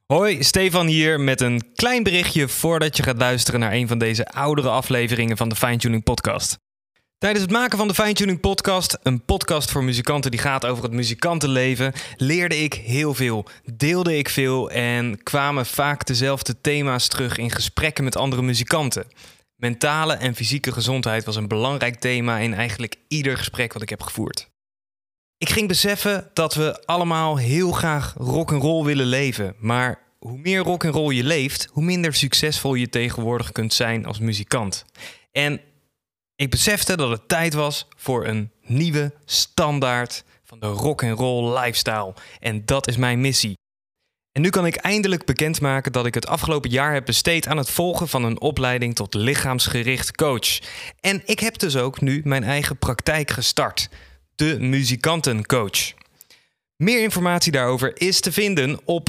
Hoi, Stefan hier met een klein berichtje voordat je gaat luisteren naar een van deze oudere afleveringen van de Fine Tuning Podcast. Tijdens het maken van de Fine Tuning Podcast, een podcast voor muzikanten die gaat over het muzikantenleven, leerde ik heel veel, deelde ik veel en kwamen vaak dezelfde thema's terug in gesprekken met andere muzikanten. Mentale en fysieke gezondheid was een belangrijk thema in eigenlijk ieder gesprek wat ik heb gevoerd. Ik ging beseffen dat we allemaal heel graag rock'n'roll willen leven. Maar hoe meer rock'n'roll je leeft, hoe minder succesvol je tegenwoordig kunt zijn als muzikant. En ik besefte dat het tijd was voor een nieuwe standaard van de rock'n'roll lifestyle. En dat is mijn missie. En nu kan ik eindelijk bekendmaken dat ik het afgelopen jaar heb besteed aan het volgen van een opleiding tot lichaamsgericht coach. En ik heb dus ook nu mijn eigen praktijk gestart. De Muzikantencoach. Meer informatie daarover is te vinden op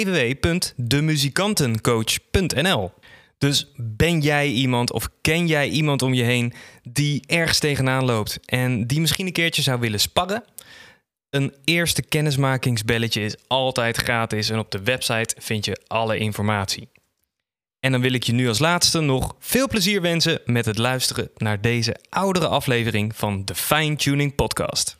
www.demuzikantencoach.nl. Dus ben jij iemand of ken jij iemand om je heen die ergens tegenaan loopt en die misschien een keertje zou willen sparren? Een eerste kennismakingsbelletje is altijd gratis en op de website vind je alle informatie. En dan wil ik je nu als laatste nog veel plezier wensen met het luisteren naar deze oudere aflevering van de Fine Tuning Podcast.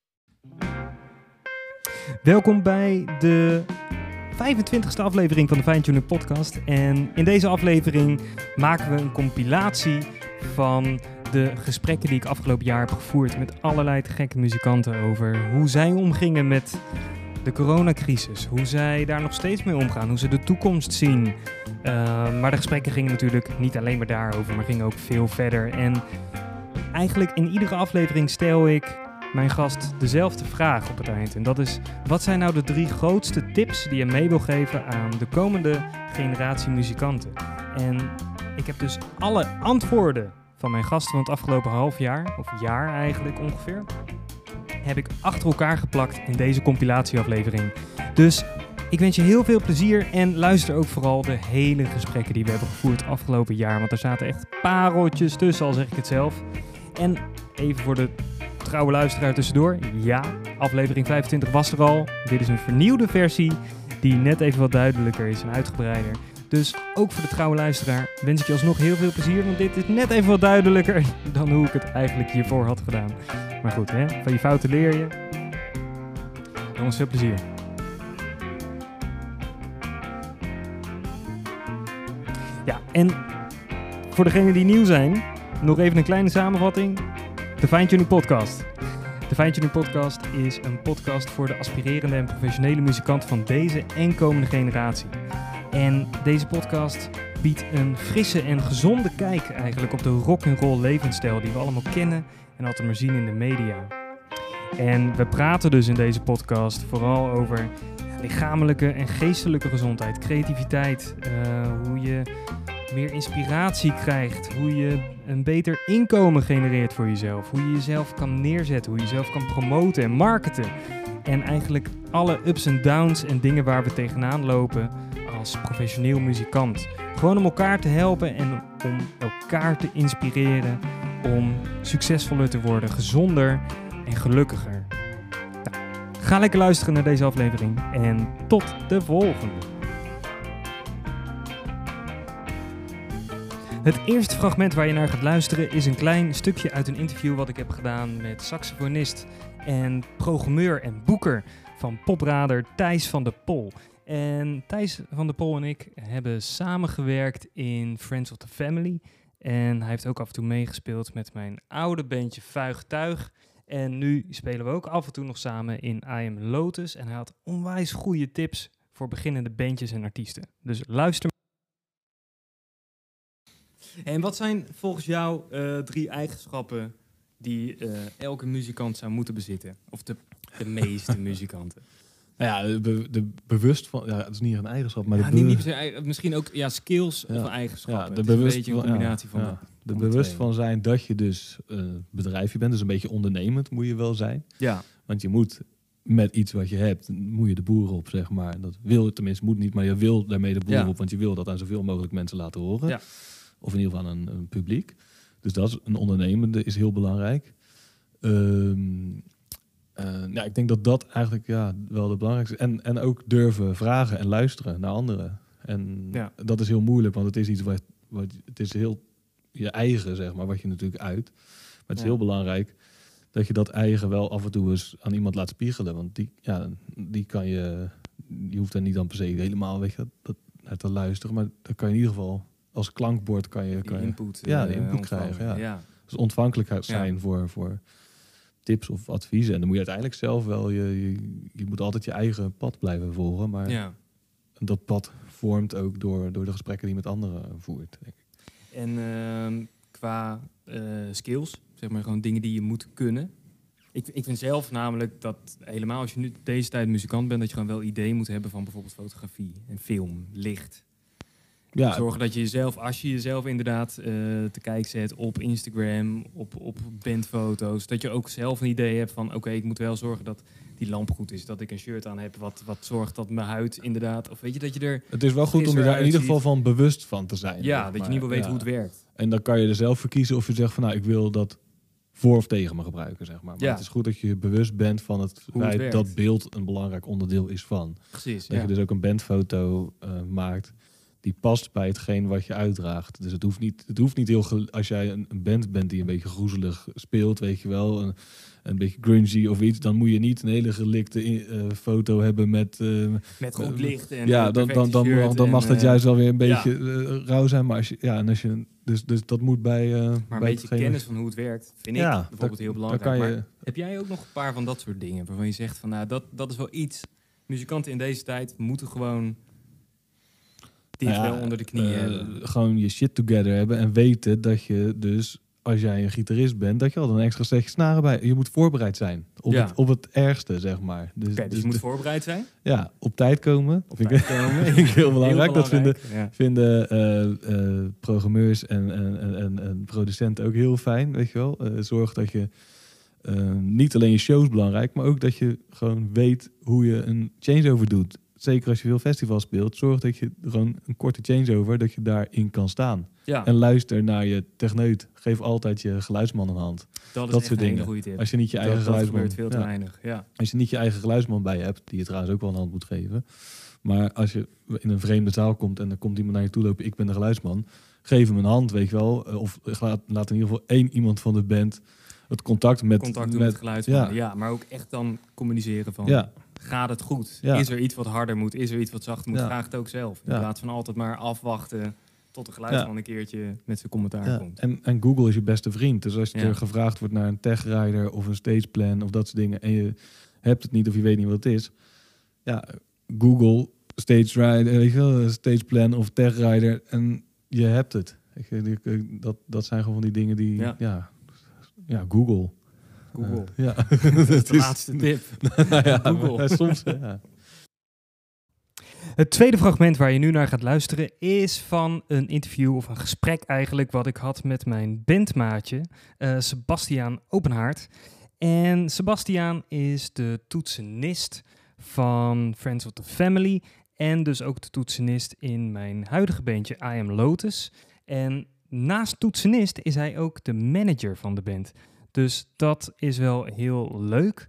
Welkom bij de 25e aflevering van de Fine Tuning Podcast. En in deze aflevering maken we een compilatie van de gesprekken die ik afgelopen jaar heb gevoerd met allerlei te gekke muzikanten over hoe zij omgingen met de coronacrisis, hoe zij daar nog steeds mee omgaan, hoe ze de toekomst zien. Maar de gesprekken gingen natuurlijk niet alleen maar daarover, maar gingen ook veel verder. En eigenlijk in iedere aflevering stel ik mijn gast dezelfde vraag op het eind. En dat is, wat zijn nou de 3 grootste tips die je mee wil geven aan de komende generatie muzikanten? En ik heb dus alle antwoorden van mijn gasten van het afgelopen half jaar, of jaar eigenlijk ongeveer, heb ik achter elkaar geplakt in deze compilatieaflevering. Dus ik wens je heel veel plezier en luister ook vooral de hele gesprekken die we hebben gevoerd afgelopen jaar. Want er zaten echt pareltjes tussen, al zeg ik het zelf. En even voor de trouwe luisteraar tussendoor. Ja, aflevering 25 was er al. Dit is een vernieuwde versie die net even wat duidelijker is en uitgebreider. Dus ook voor de trouwe luisteraar wens ik je alsnog heel veel plezier. Want dit is net even wat duidelijker dan hoe ik het eigenlijk hiervoor had gedaan. Maar goed, hè? Van je fouten leer je. Jongens, veel plezier. Ja, en voor degenen die nieuw zijn, nog even een kleine samenvatting. De Fine Tuning Podcast. De Fine Tuning Podcast is een podcast voor de aspirerende en professionele muzikanten van deze en komende generatie. En deze podcast biedt een frisse en gezonde kijk eigenlijk op de rock'n'roll levensstijl die we allemaal kennen en altijd maar zien in de media. En we praten dus in deze podcast vooral over lichamelijke en geestelijke gezondheid, creativiteit, hoe je meer inspiratie krijgt, hoe je een beter inkomen genereert voor jezelf, hoe je jezelf kan neerzetten, hoe je jezelf kan promoten en marketen. En eigenlijk alle ups en downs en dingen waar we tegenaan lopen als professioneel muzikant. Gewoon om elkaar te helpen en om elkaar te inspireren om succesvoller te worden, gezonder en gelukkiger. Nou, ga lekker luisteren naar deze aflevering en tot de volgende. Het eerste fragment waar je naar gaat luisteren is een klein stukje uit een interview wat ik heb gedaan met saxofonist en programmeur en boeker van Poprader Thijs van der Pol. En Thijs van der Pol en ik hebben samengewerkt in Friends of the Family. En hij heeft ook af en toe meegespeeld met mijn oude bandje Vuig Tuig. En nu spelen we ook af en toe nog samen in I Am Lotus. En hij had onwijs goede tips voor beginnende bandjes en artiesten. Dus luister. En wat zijn volgens jou 3 eigenschappen die elke muzikant zou moeten bezitten? Of de meeste muzikanten? Ja, bewust van... Ja, het is niet een eigenschap, maar... Ja, niet misschien ook skills of eigenschappen. Ja, een beetje een combinatie van... De bewust van zijn dat je dus bedrijfje bent. Dus een beetje ondernemend moet je wel zijn. Ja. Want je moet met iets wat je hebt, moet je de boeren op, zeg maar. Dat wil tenminste, moet niet, maar je wil daarmee de boeren op. Want je wil dat aan zoveel mogelijk mensen laten horen. Ja. Of in ieder geval een publiek. Dus dat is een ondernemende is heel belangrijk. Ik denk dat eigenlijk wel de belangrijkste is. En ook durven vragen en luisteren naar anderen. En dat is heel moeilijk, want het is iets wat het is heel je eigen, zeg maar, wat je natuurlijk uit. Maar het is heel belangrijk dat je dat eigen wel af en toe eens aan iemand laat spiegelen. Want die kan je hoeft er niet dan per se helemaal naar te luisteren. Maar dan kan je in ieder geval als klankbord kan je input, de input krijgen. Ja. Dus ontvankelijk zijn voor tips of adviezen. En dan moet je uiteindelijk zelf wel, je moet altijd je eigen pad blijven volgen. Maar dat pad vormt ook door de gesprekken die je met anderen voert, denk ik. En qua skills, zeg maar gewoon dingen die je moet kunnen. Ik vind zelf namelijk dat helemaal als je nu deze tijd muzikant bent, dat je gewoon wel idee moet hebben van bijvoorbeeld fotografie en film, licht. Ja. Zorgen dat je jezelf, als je jezelf inderdaad te kijk zet op Instagram, op bandfoto's, dat je ook zelf een idee hebt van oké, ik moet wel zorgen dat die lamp goed is, dat ik een shirt aan heb wat zorgt dat mijn huid inderdaad, of weet je, dat je er... Het is wel goed om je daar in ieder geval van bewust van te zijn. Ja, dat je in ieder geval weet hoe het werkt. En dan kan je er zelf voor kiezen of je zegt van ik wil dat voor of tegen me gebruiken, zeg maar. Maar het is goed dat je bewust bent van het feit dat beeld een belangrijk onderdeel is van. Precies, dat je dus ook een bandfoto maakt die past bij hetgeen wat je uitdraagt. Dus het hoeft niet heel... Als jij een band bent die een beetje groezelig speelt, weet je wel, een beetje grungy of iets, dan moet je niet een hele gelikte foto hebben met goed licht en dan mag dat juist wel weer een beetje rauw zijn. Maar als je dus dat moet bij maar een beetje kennis van hoe het werkt, vind ik bijvoorbeeld heel belangrijk. Maar heb jij ook nog een paar van dat soort dingen waarvan je zegt van dat is wel iets. Muzikanten in deze tijd moeten gewoon dit wel onder de knie hebben. Gewoon je shit together hebben en weten dat je dus, als jij een gitarist bent, dat je al een extra setje snaren bij. Je moet voorbereid zijn op het ergste, zeg maar. Dus je moet voorbereid zijn? Ja, op tijd komen. Vind ik heel belangrijk. Dat vinden programmeurs en producenten ook heel fijn, weet je wel. Zorg dat je niet alleen je shows belangrijk, maar ook dat je gewoon weet hoe je een changeover doet. Zeker als je veel festivals speelt, zorg dat je gewoon een korte changeover, dat je daarin kan staan. Ja. En luister naar je techneut. Geef altijd je geluidsman een hand. Dat is echt een hele goede tip. Als je niet je eigen geluidsman... Dat gebeurt veel te weinig. Ja. Als je niet je eigen geluidsman bij je hebt, die je trouwens ook wel een hand moet geven. Maar als je in een vreemde zaal komt en er komt iemand naar je toe lopen, ik ben de geluidsman. Geef hem een hand, weet je wel. Of laat in ieder geval iemand van de band het contact met het geluidsman. Ja, maar ook echt dan communiceren van... Ja. Gaat het goed? Ja. Is er iets wat harder moet? Is er iets wat zachter moet? Vraag het ook zelf. In plaats van altijd maar afwachten tot de geluidsman een keertje met zijn commentaar komt. En Google is je beste vriend. Dus als je er gevraagd wordt naar een techrider of een stageplan of dat soort dingen en je hebt het niet of je weet niet wat het is. Ja, Google, stageplan of techrider en je hebt het. Dat zijn gewoon die dingen die... Ja, Google. Ja. Dat is de laatste tip. Google. Soms, Het tweede fragment waar je nu naar gaat luisteren is van een interview of een gesprek eigenlijk wat ik had met mijn bandmaatje Sebastiaan Openhaard. En Sebastiaan is de toetsenist van Friends of the Family en dus ook de toetsenist in mijn huidige bandje I Am Lotus. En naast toetsenist is hij ook de manager van de band. Dus dat is wel heel leuk.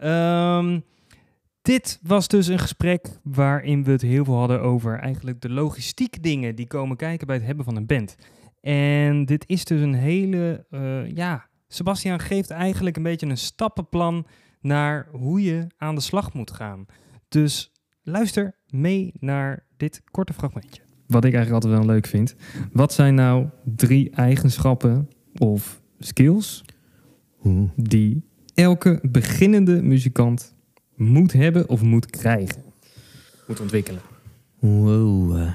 Dit was dus een gesprek waarin we het heel veel hadden over eigenlijk de logistiek dingen die komen kijken bij het hebben van een band. En dit is dus een hele... Sebastiaan geeft eigenlijk een beetje een stappenplan naar hoe je aan de slag moet gaan. Dus luister mee naar dit korte fragmentje. Wat ik eigenlijk altijd wel leuk vind. Wat zijn nou 3 eigenschappen of skills die elke beginnende muzikant moet hebben of moet krijgen? Moet ontwikkelen. Wow.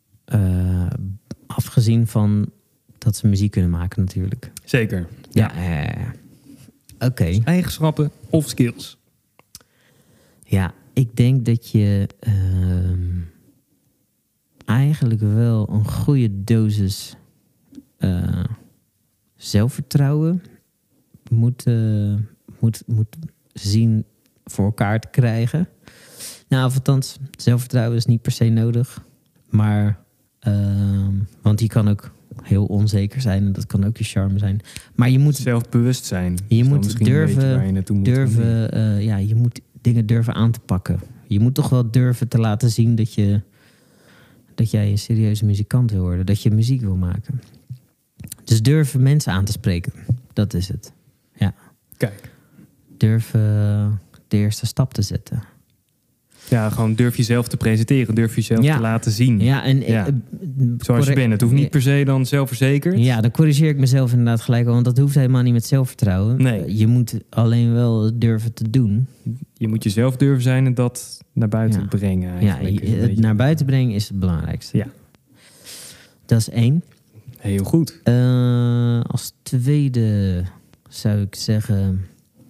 Afgezien van dat ze muziek kunnen maken natuurlijk. Zeker. Ja. Oké. Eigenschappen of skills? Ja, ik denk dat je eigenlijk wel een goede dosis zelfvertrouwen moet zien voor elkaar te krijgen. Nou, of zelfvertrouwen is niet per se nodig. Maar, want je kan ook heel onzeker zijn. En dat kan ook je charme zijn. Maar je moet zelfbewust zijn. Je moet durven. Je moet dingen durven aan te pakken. Je moet toch wel durven te laten zien dat jij een serieuze muzikant wil worden. Dat je muziek wil maken. Dus durven mensen aan te spreken. Dat is het. Ja. Kijk. Durven de eerste stap te zetten. Ja, gewoon durf jezelf te presenteren. Durf jezelf te laten zien. Ja, en zoals je bent. Het hoeft niet per se dan zelfverzekerd. Ja, dan corrigeer ik mezelf inderdaad gelijk. Want dat hoeft helemaal niet met zelfvertrouwen. Nee. Je moet alleen wel durven te doen. Je moet jezelf durven zijn en dat naar buiten brengen. Ja, het naar buiten brengen is het belangrijkste. Ja. Dat is 1. Heel goed. Als tweede zou ik zeggen...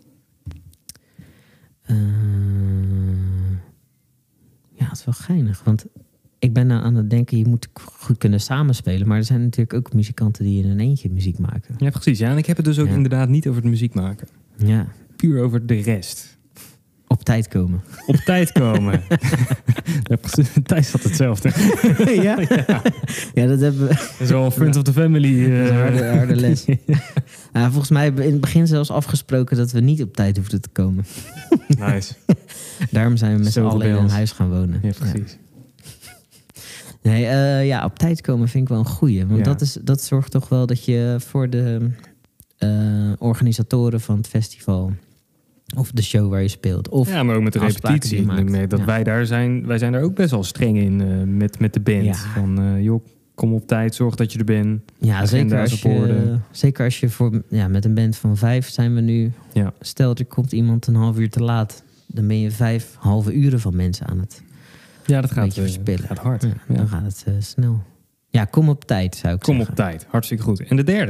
ja, het is wel geinig. Want ik ben nou aan het denken, je moet goed kunnen samenspelen. Maar er zijn natuurlijk ook muzikanten die in een eentje muziek maken. Ja, precies. Ja, en ik heb het dus ook inderdaad niet over het muziek maken. Ja. Puur over de rest. Op tijd komen. Op tijd komen. Thijs had hetzelfde. Ja? Ja, dat hebben we. Dat is wel een friend of the family. Dat is een harde les. Volgens mij hebben we in het begin zelfs afgesproken dat we niet op tijd hoefden te komen. Nice. Daarom zijn we met z'n allen in een huis gaan wonen. Ja, precies. Nee, op tijd komen vind ik wel een goeie. Want dat zorgt toch wel dat je voor de organisatoren van het festival... of de show waar je speelt. Of maar ook met de repetitie. Wij zijn daar ook best wel streng in met de band. Ja. Van, joh, kom op tijd, zorg dat je er bent. Ja, zeker als je met een band van 5 zijn we nu. Ja. Stel, er komt iemand een half uur te laat. Dan ben je 5 halve uren van mensen aan het dat gaat verspillen. Gaat hard. Ja. Dan gaat het snel. Ja, kom op tijd, zou ik zeggen. Kom op tijd, hartstikke goed. En de derde?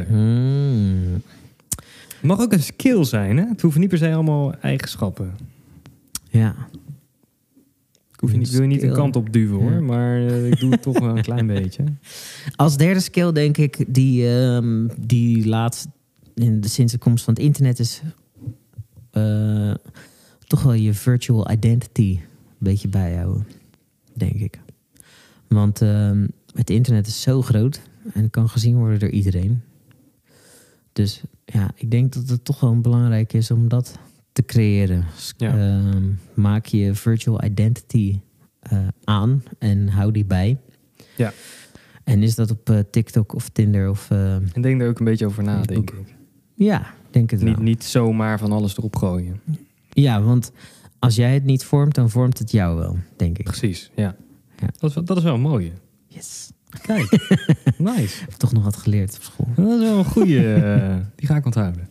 Het mag ook een skill zijn, hè? Het hoeven niet per se allemaal eigenschappen. Ja. Ik wil je niet een kant op duwen, hoor. Maar ik doe het toch wel een klein beetje. Als derde skill denk ik, die laatst, sinds de komst van het internet is... toch wel je virtual identity een beetje bijhouden, denk ik. Want het internet is zo groot en kan gezien worden door iedereen. Dus ja, ik denk dat het toch wel belangrijk is om dat te creëren. Ja. Maak je virtual identity aan en hou die bij. Ja. En is dat op TikTok of Tinder of... en denk er ook een beetje over na, denk ik. Ja, denk het wel. Niet zomaar van alles erop gooien. Ja, want als jij het niet vormt, dan vormt het jou wel, denk ik. Precies, ja. Dat is wel een mooie. Yes. Kijk, nice. Ik heb toch nog wat geleerd op school. Dat is wel een goeie. Die ga ik onthouden.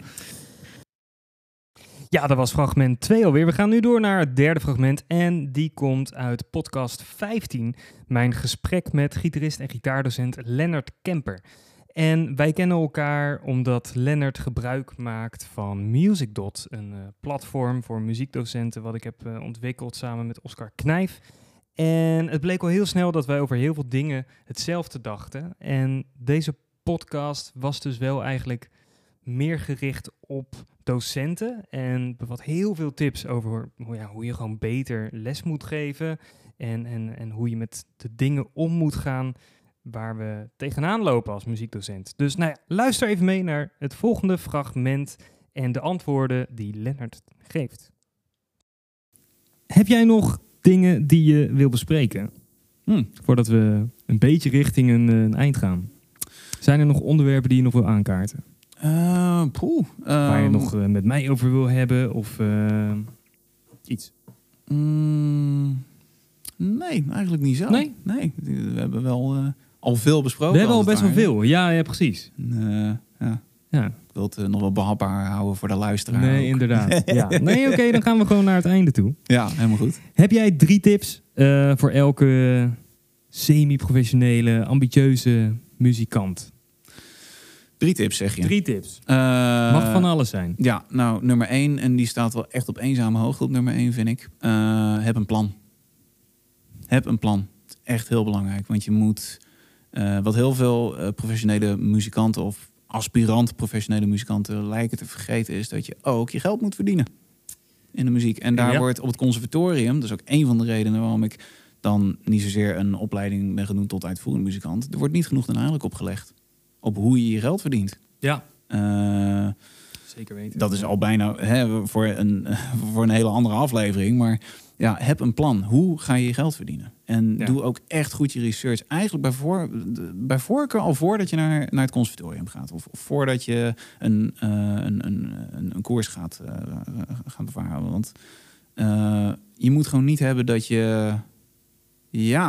Ja, dat was fragment 2 alweer. We gaan nu door naar het derde fragment. En die komt uit podcast 15. Mijn gesprek met gitarist en gitaardocent Lennart Kemper. En wij kennen elkaar omdat Lennart gebruik maakt van MusicDot. Een platform voor muziekdocenten wat ik heb ontwikkeld samen met Oscar Knijf. En het bleek al heel snel dat wij over heel veel dingen hetzelfde dachten. En deze podcast was dus wel eigenlijk meer gericht op docenten. En bevat heel veel tips over hoe je gewoon beter les moet geven. En hoe je met de dingen om moet gaan waar we tegenaan lopen als muziekdocent. Dus luister even mee naar het volgende fragment en de antwoorden die Lennart geeft. Heb jij nog dingen die je wil bespreken? Voordat we een beetje richting een eind gaan. Zijn er nog onderwerpen die je nog wil aankaarten? Waar je nog met mij over wil hebben of iets? Nee, eigenlijk niet zo. Nee? Nee, we hebben wel al veel besproken. We hebben al best wel veel. Ja, precies. Ja. Ik wil het nog wel behapbaar houden voor de luisteraar. Nee, ook. Inderdaad. Ja. Nee, oké, dan gaan we gewoon naar het einde toe. Ja, helemaal goed. Heb jij 3 tips voor elke semi-professionele, ambitieuze muzikant? 3 tips, zeg je? 3 tips. Mag van alles zijn. Ja, nou, nummer 1, en die staat wel echt op eenzame hoogte op nummer 1, vind ik. Heb een plan. Heb een plan. Echt heel belangrijk, want je moet... wat heel veel professionele muzikanten of aspirant professionele muzikanten lijken te vergeten, is dat je ook je geld moet verdienen in de muziek. En daar wordt op het conservatorium, dat is ook een van de redenen waarom ik dan niet zozeer een opleiding ben genoemd tot uitvoerend muzikant, er wordt niet genoeg nadruk opgelegd op hoe je je geld verdient. Ja. Zeker weten. Dat is al bijna voor een hele andere aflevering. Maar ja, heb een plan. Hoe ga je je geld verdienen? En doe ook echt goed je research. Eigenlijk bij voorkeur al voordat je naar het conservatorium gaat. Of voordat je een koers gaat bevaren. Want je moet gewoon niet hebben dat je... Ja,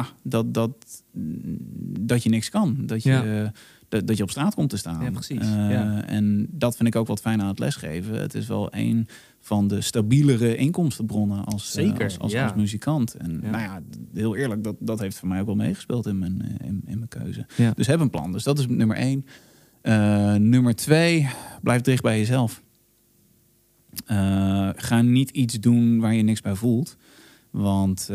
dat je niks kan. Dat je op straat komt te staan. Ja, precies. En dat vind ik ook wat fijn aan het lesgeven. Het is wel een van de stabielere inkomstenbronnen als muzikant. En nou ja, heel eerlijk, dat heeft voor mij ook wel meegespeeld in mijn keuze. Ja. Dus heb een plan. Dus dat is nummer 1. Nummer 2, blijf dicht bij jezelf. Ga niet iets doen waar je niks bij voelt. Want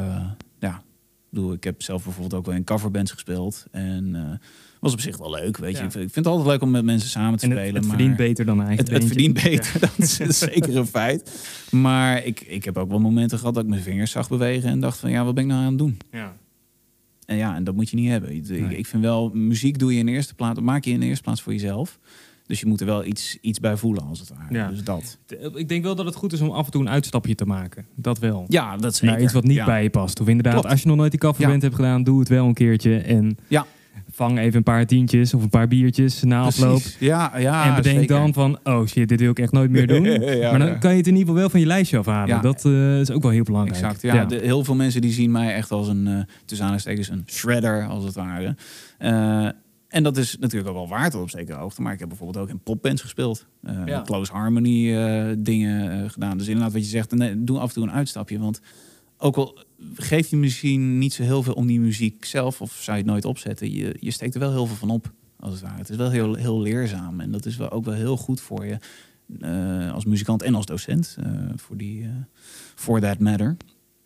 ik heb zelf bijvoorbeeld ook wel in coverbands gespeeld. En was op zich wel leuk, weet je. Ik vind het altijd leuk om met mensen samen te spelen. Het verdient beter dan eigen Het verdient beter, dat is zeker een feit. Maar ik heb ook wel momenten gehad dat ik mijn vingers zag bewegen en dacht van, ja, wat ben ik nou aan het doen? Ja. En dat moet je niet hebben. Ik vind wel, muziek doe je in de eerste plaats, maak je in de eerste plaats voor jezelf. Dus je moet er wel iets bij voelen, als het ware. Ja. Dus dat. Ik denk wel dat het goed is om af en toe een uitstapje te maken. Dat wel. Ja, dat zeker. Naar iets wat niet bij je past. Of inderdaad, als je nog nooit die coverband hebt gedaan, doe het wel een keertje. En vang even een paar tientjes of een paar biertjes na afloop. Ja, en bedenk dan van, oh shit, dit wil ik echt nooit meer doen. Maar dan kan je het in ieder geval wel van je lijstje afhalen. Ja. Dat is ook wel heel belangrijk. Exact, ja. Heel veel mensen die zien mij echt als een, tussen aanhalingstekens, een shredder, als het ware. En dat is natuurlijk ook wel waard op zekere hoogte. Maar ik heb bijvoorbeeld ook in popbands gespeeld. Close Harmony dingen gedaan. Dus inderdaad wat je zegt, doe af en toe een uitstapje. Want ook al geeft je misschien niet zo heel veel om die muziek zelf... of zou je het nooit opzetten, je steekt er wel heel veel van op, als het ware. Het is wel heel, heel leerzaam. En dat is wel ook wel heel goed voor je als muzikant en als docent. For that matter.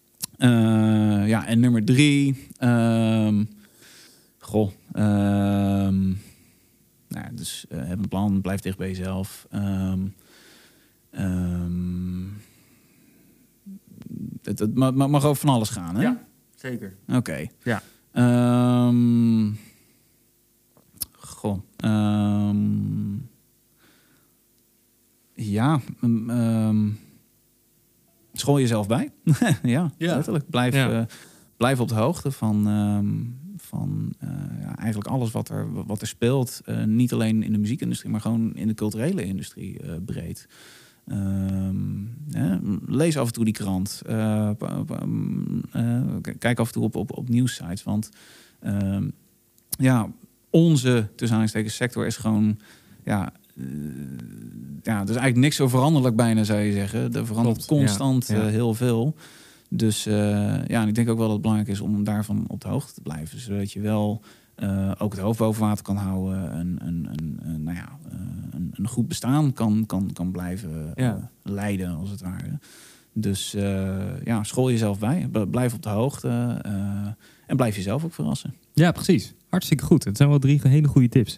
En nummer 3... dus heb een plan, blijf dicht bij jezelf. Het mag over van alles gaan, hè? Ja, zeker. Oké. Ja. School jezelf bij. Ja, letterlijk. Blijf op de hoogte van eigenlijk alles wat er speelt. Niet alleen in de muziekindustrie, maar gewoon in de culturele industrie breed. Lees af en toe die krant. Kijk af en toe op nieuwssites. Want onze, tussen aanhalingstekens, sector is gewoon... er is eigenlijk niks zo veranderlijk bijna, zou je zeggen. Er verandert constant heel veel. Dus en ik denk ook wel dat het belangrijk is om daarvan op de hoogte te blijven. Zodat je wel ook het hoofd boven water kan houden. Een goed bestaan kan blijven leiden, als het ware. Dus school jezelf bij. Blijf op de hoogte. En blijf jezelf ook verrassen. Ja, precies. Hartstikke goed. Het zijn wel 3 hele goede tips.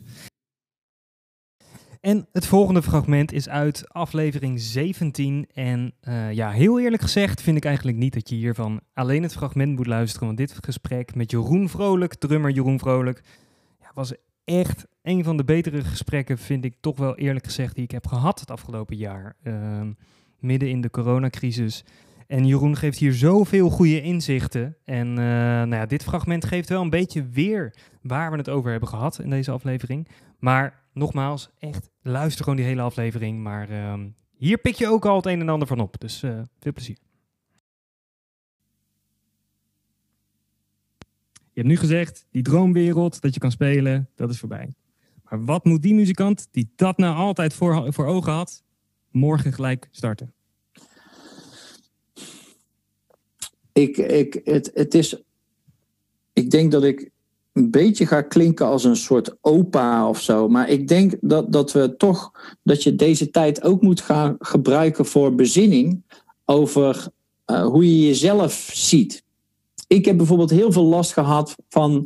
En het volgende fragment is uit aflevering 17. En heel eerlijk gezegd vind ik eigenlijk niet dat je hiervan alleen het fragment moet luisteren. Want dit gesprek met Jeroen Vrolijk, drummer Jeroen Vrolijk, was echt een van de betere gesprekken, vind ik toch wel eerlijk gezegd, die ik heb gehad het afgelopen jaar. Midden in de coronacrisis. En Jeroen geeft hier zoveel goede inzichten. En dit fragment geeft wel een beetje weer waar we het over hebben gehad in deze aflevering. Maar nogmaals, echt, luister gewoon die hele aflevering. Maar hier pik je ook al het een en ander van op. Dus veel plezier. Je hebt nu gezegd, die droomwereld dat je kan spelen, dat is voorbij. Maar wat moet die muzikant die dat nou altijd voor ogen had, morgen gelijk starten? Ik denk dat ik een beetje ga klinken als een soort opa of zo. Maar ik denk dat je deze tijd ook moet gaan gebruiken voor bezinning over hoe je jezelf ziet. Ik heb bijvoorbeeld heel veel last gehad van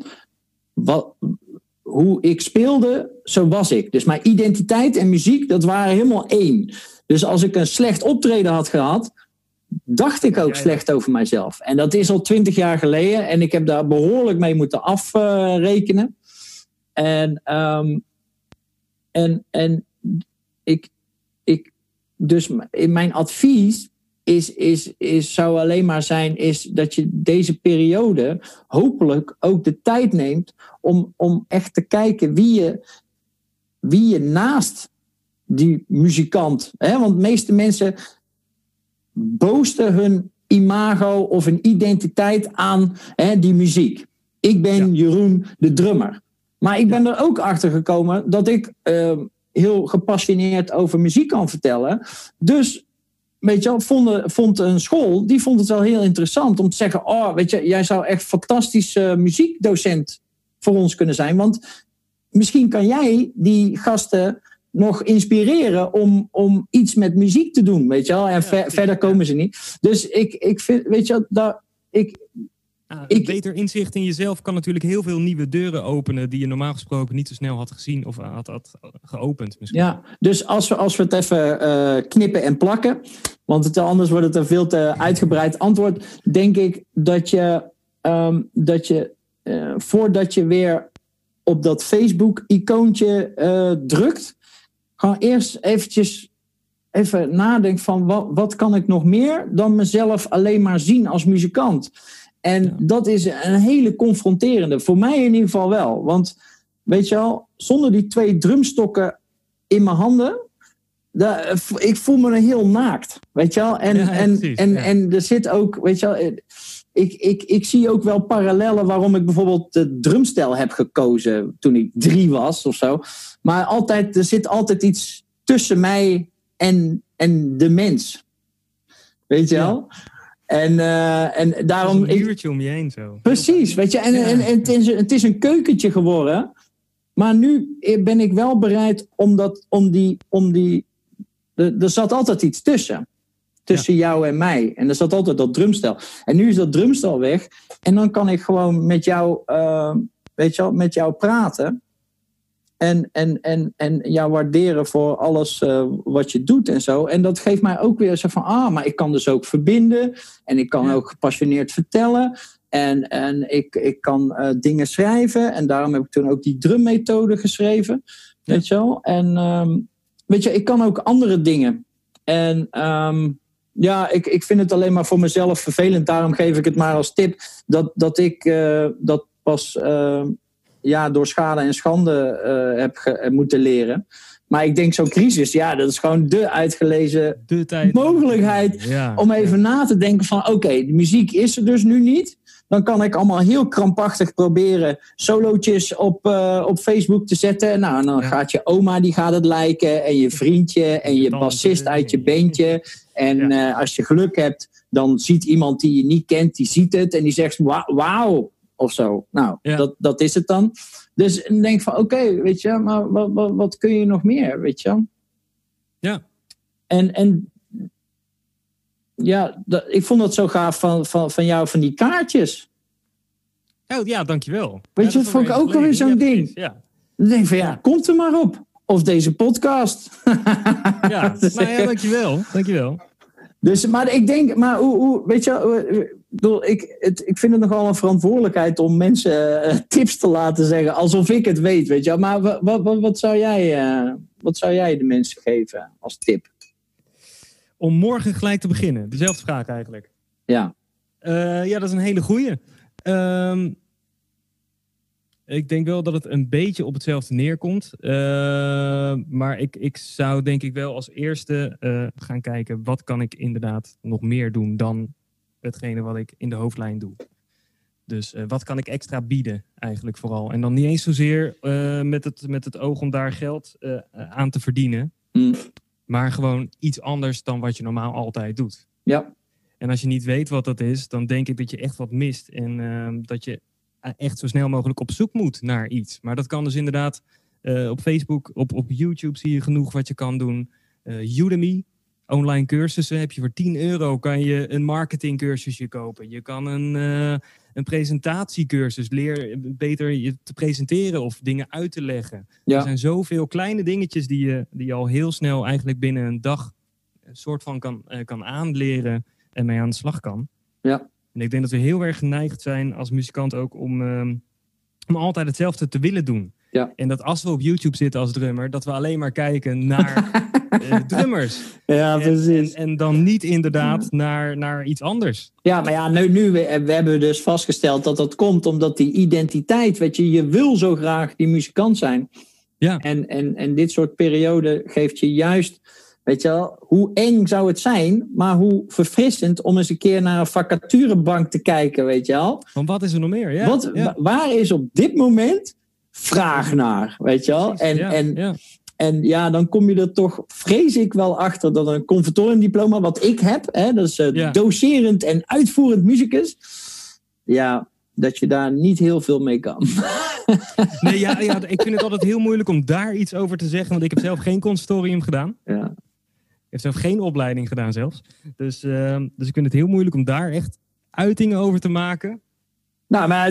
hoe ik speelde, zo was ik. Dus mijn identiteit en muziek, dat waren helemaal één. Dus als ik een slecht optreden had gehad, dacht ik ook slecht over mijzelf. En dat is al 20 jaar geleden. En ik heb daar behoorlijk mee moeten afrekenen. En En dus in mijn advies zou alleen maar zijn is dat je deze periode hopelijk ook de tijd neemt om echt te kijken wie je naast die muzikant. Hè? Want de meeste mensen boosten hun imago of een identiteit aan die muziek. Ik ben Jeroen de drummer. Maar ik ben er ook achter gekomen dat ik heel gepassioneerd over muziek kan vertellen. Dus, weet je wel, vond een school, die vond het wel heel interessant om te zeggen, oh, weet je, jij zou echt fantastische muziekdocent voor ons kunnen zijn. Want misschien kan jij die gasten nog inspireren om iets met muziek te doen, weet je wel. En verder komen ze niet. Dus ik vind, weet je wel, beter inzicht in jezelf kan natuurlijk heel veel nieuwe deuren openen die je normaal gesproken niet zo snel had gezien of had geopend. Misschien. Ja, dus als we het even knippen en plakken, want anders wordt het een veel te uitgebreid antwoord, denk ik dat je voordat je weer op dat Facebook-icoontje drukt, gewoon eerst even nadenken van wat kan ik nog meer dan mezelf alleen maar zien als muzikant. En dat is een hele confronterende. Voor mij in ieder geval wel. Want, weet je wel, zonder die 2 drumstokken in mijn handen, ik voel me heel naakt. Weet je wel? En er zit ook, weet je wel, ik zie ook wel parallellen waarom ik bijvoorbeeld de drumstijl heb gekozen toen ik 3 was of zo. Maar er zit altijd iets tussen mij en de mens. Weet je wel? En daarom. Een uurtje om je heen zo. Precies, weet je. En het is een keukentje geworden. Maar nu ben ik wel bereid er zat altijd iets tussen. Tussen jou en mij. En er zat altijd dat drumstel. En nu is dat drumstel weg. En dan kan ik gewoon met jou, weet je wel, met jou praten. En jou waarderen voor alles wat je doet en zo. En dat geeft mij ook weer zo van, maar ik kan dus ook verbinden. En ik kan ook gepassioneerd vertellen. En ik kan dingen schrijven. En daarom heb ik toen ook die drummethode geschreven. Ja. Weet je wel? En weet je, ik kan ook andere dingen. En ik vind het alleen maar voor mezelf vervelend. Daarom geef ik het maar als tip. Dat ik dat pas door schade en schande heb moeten leren. Maar ik denk zo'n crisis, dat is gewoon de uitgelezen mogelijkheid om even na te denken van oké, de muziek is er dus nu niet. Dan kan ik allemaal heel krampachtig proberen solootjes op Facebook te zetten. Nou, en dan gaat je oma, die gaat het liken. En je vriendje en je bassist uit je bandje. En als je geluk hebt, dan ziet iemand die je niet kent, die ziet het. En die zegt, wauw, of zo. Nou, dat is het dan. Dus ik denk van, oké, weet je, maar wat kun je nog meer, weet je? Ja. En ik vond dat zo gaaf van jou, van die kaartjes. Oh ja, dankjewel. Weet je, dat vond ik ook alweer zo'n ding. Ja. Dan denk ik van, komt er maar op. Of deze podcast. Ja, dankjewel. Dankjewel. Dus, maar ik denk, hoe weet je, ik vind het nogal een verantwoordelijkheid om mensen tips te laten zeggen, alsof ik het weet, weet je. Maar wat zou jij de mensen geven als tip? Om morgen gelijk te beginnen. Dezelfde vraag eigenlijk. Ja. Dat is een hele goeie. Ik denk wel dat het een beetje op hetzelfde neerkomt. Maar ik zou denk ik wel als eerste gaan kijken, wat kan ik inderdaad nog meer doen dan hetgene wat ik in de hoofdlijn doe. Dus wat kan ik extra bieden eigenlijk vooral. En dan niet eens zozeer met het oog om daar geld aan te verdienen. Maar gewoon iets anders dan wat je normaal altijd doet. Ja. En als je niet weet wat dat is, dan denk ik dat je echt wat mist. En dat je echt zo snel mogelijk op zoek moet naar iets. Maar dat kan dus inderdaad op Facebook, op YouTube zie je genoeg wat je kan doen. Udemy, online cursussen. Heb je voor €10 kan je een marketingcursusje kopen. Je kan een presentatiecursus. Leer beter je te presenteren of dingen uit te leggen. Ja. Er zijn zoveel kleine dingetjes die je al heel snel eigenlijk binnen een dag een soort van kan aanleren en mee aan de slag kan. Ja. En ik denk dat we heel erg geneigd zijn als muzikant ook om altijd hetzelfde te willen doen. Ja. En dat als we op YouTube zitten als drummer, dat we alleen maar kijken naar drummers. Ja, precies. En dan niet inderdaad naar iets anders. Ja, maar ja, nu we hebben dus vastgesteld dat komt omdat die identiteit, weet je wil zo graag die muzikant zijn. Ja. En dit soort periode geeft je juist, weet je wel, hoe eng zou het zijn, maar hoe verfrissend om eens een keer naar een vacaturebank te kijken, weet je wel. Van wat is er nog meer? Ja. Waar is op dit moment vraag naar, weet je wel? Precies, En dan kom je er toch, vrees ik wel achter, dat een conservatoriumdiploma, wat ik heb, dat is docerend en uitvoerend muzikus, dat je daar niet heel veel mee kan. Nee, ik vind het altijd heel moeilijk om daar iets over te zeggen, want ik heb zelf geen conservatorium gedaan. Ja. Ik heb zelf geen opleiding gedaan zelfs. Dus ik vind het heel moeilijk om daar echt uitingen over te maken. Nou, maar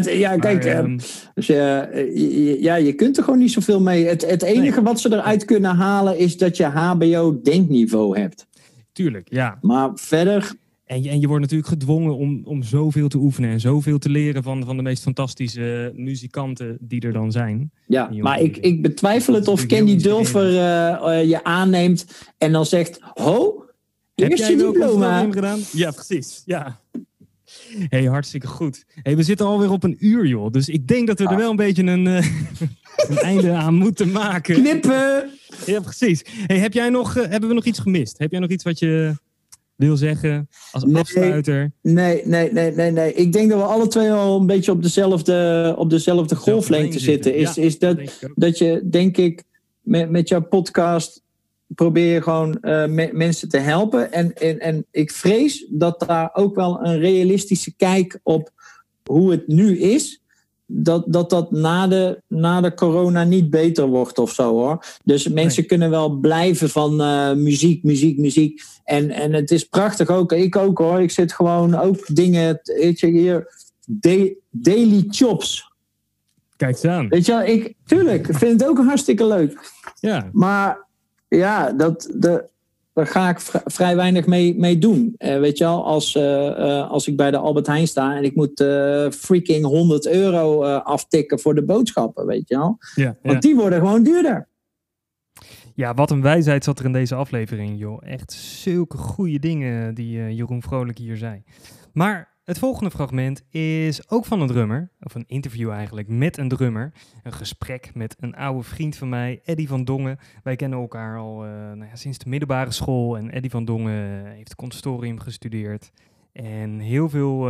je kunt er gewoon niet zoveel mee. Het enige wat ze eruit kunnen halen is dat je HBO-denkniveau hebt. Tuurlijk, ja. Maar verder... En je wordt natuurlijk gedwongen om zoveel te oefenen en zoveel te leren van de meest fantastische muzikanten die er dan zijn. Ja, maar ik betwijfel het of Candy Dulfer je aanneemt en dan zegt, heb eerst jij je wel diploma gedaan? Ja, precies. Ja. Hey, hartstikke goed. Hey, we zitten alweer op een uur, joh. Dus ik denk dat we er wel een beetje een einde aan moeten maken. Knippen! Ja, precies. Hey, hebben we nog iets gemist? Heb jij nog iets wat je wil zeggen als afsluiter? Nee. Ik denk dat we alle twee al een beetje op dezelfde golflengte zitten. Dat je, denk ik, met jouw podcast probeer je gewoon mensen te helpen. En ik vrees dat daar ook wel een realistische kijk op hoe het nu is, dat na de corona niet beter wordt of zo, hoor. Dus mensen kunnen wel blijven van muziek. En het is prachtig ook. Ik ook, hoor. Ik zit gewoon ook dingen, weet je, hier, daily chops. Kijk eens aan. Weet je wel, ik vind het ook hartstikke leuk. Ja. Maar ja, daar ga ik vrij weinig mee doen. Weet je wel, als ik bij de Albert Heijn sta en ik moet freaking €100 aftikken voor de boodschappen, weet je wel. Ja. Want die worden gewoon duurder. Ja, wat een wijsheid zat er in deze aflevering, joh. Echt zulke goede dingen die Jeroen Vrolijk hier zei. Maar het volgende fragment is ook van een drummer, of een interview eigenlijk, met een drummer. Een gesprek met een oude vriend van mij, Eddie van Dongen. Wij kennen elkaar al sinds de middelbare school en Eddie van Dongen heeft conservatorium gestudeerd. En heel veel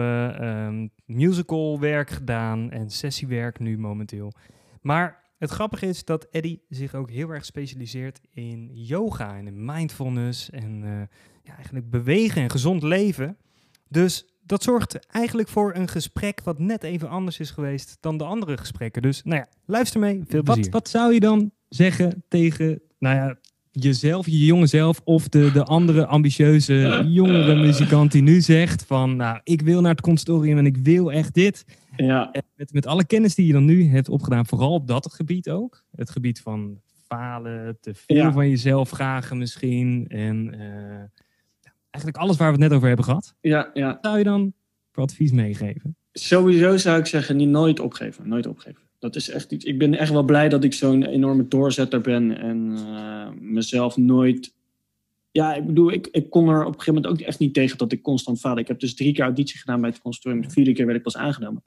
musicalwerk gedaan en sessiewerk nu momenteel. Maar het grappige is dat Eddie zich ook heel erg specialiseert in yoga en in mindfulness en eigenlijk bewegen en gezond leven. Dus dat zorgt eigenlijk voor een gesprek wat net even anders is geweest dan de andere gesprekken. Dus luister mee, veel plezier. Wat zou je dan zeggen tegen jezelf, je jonge zelf, of de andere ambitieuze jongere muzikant die nu zegt van, ik wil naar het conservatorium en ik wil echt dit. Ja. En met alle kennis die je dan nu hebt opgedaan, vooral op dat gebied ook. Het gebied van falen, te veel van jezelf vragen misschien. En eigenlijk alles waar we het net over hebben gehad. Ja. Wat zou je dan voor advies meegeven? Sowieso zou ik zeggen, nooit opgeven. Nooit opgeven. Dat is echt iets. Ik ben echt wel blij dat ik zo'n enorme doorzetter ben en mezelf nooit. Ja, ik bedoel, ik kon er op een gegeven moment ook echt niet tegen dat ik constant faalde. Ik heb dus 3 keer auditie gedaan bij het conservatorium. De 4e keer werd ik pas aangenomen.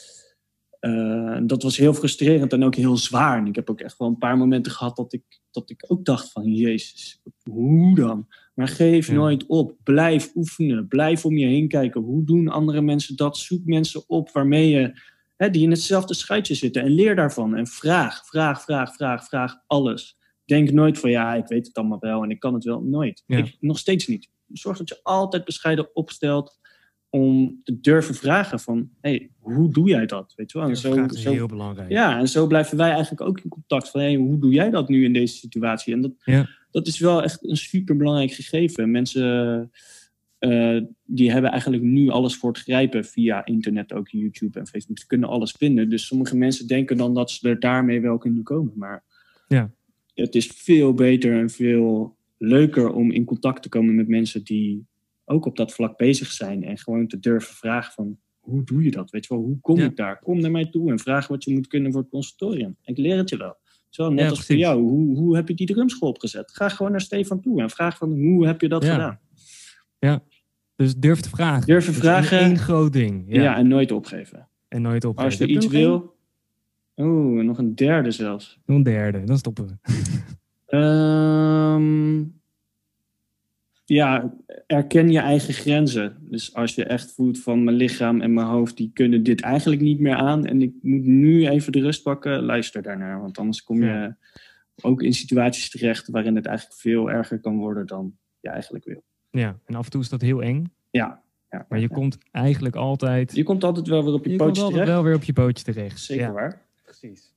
Dat was heel frustrerend en ook heel zwaar. En ik heb ook echt wel een paar momenten gehad dat ik ook dacht van, Jezus, hoe dan? Maar geef nooit op. Blijf oefenen. Blijf om je heen kijken. Hoe doen andere mensen dat? Zoek mensen op waarmee je, die in hetzelfde schuitje zitten. En leer daarvan. En vraag alles. Denk nooit van, ik weet het allemaal wel en ik kan het wel. Nooit. Ja. Nog steeds niet. Zorg dat je altijd bescheiden opstelt om te durven vragen van, hoe doe jij dat? Weet je wel? En Dat is heel belangrijk. Ja, en zo blijven wij eigenlijk ook in contact van, hoe doe jij dat nu in deze situatie? En dat is wel echt een superbelangrijk gegeven. Mensen die hebben eigenlijk nu alles voor het grijpen via internet, ook YouTube en Facebook. Ze kunnen alles vinden. Dus sommige mensen denken dan dat ze er daarmee wel kunnen komen. Maar het is veel beter en veel leuker om in contact te komen met mensen die ook op dat vlak bezig zijn. En gewoon te durven vragen van, hoe doe je dat? Weet je wel, hoe kom ik daar? Kom naar mij toe en vraag wat je moet kunnen voor het conservatorium. Ik leer het je wel. Zo, net als voor jou. Hoe heb je die drumschool opgezet? Ga gewoon naar Stefan toe en vraag van hoe heb je dat gedaan? Ja, dus durf te vragen. Durf te vragen. Één groot ding. Ja, en nooit opgeven. En nooit opgeven. Als je iets wil... Oeh, nog een derde zelfs. Nog een derde, dan stoppen we. Ja, erken je eigen grenzen. Dus als je echt voelt van mijn lichaam en mijn hoofd, die kunnen dit eigenlijk niet meer aan en ik moet nu even de rust pakken, luister daarnaar. Want anders kom je ook in situaties terecht waarin het eigenlijk veel erger kan worden dan je eigenlijk wil. Ja, en af en toe is dat heel eng. Ja. Maar je komt eigenlijk altijd... Je komt altijd wel weer op je pootje terecht. Je komt altijd wel weer op je pootje terecht. Zeker waar. Precies.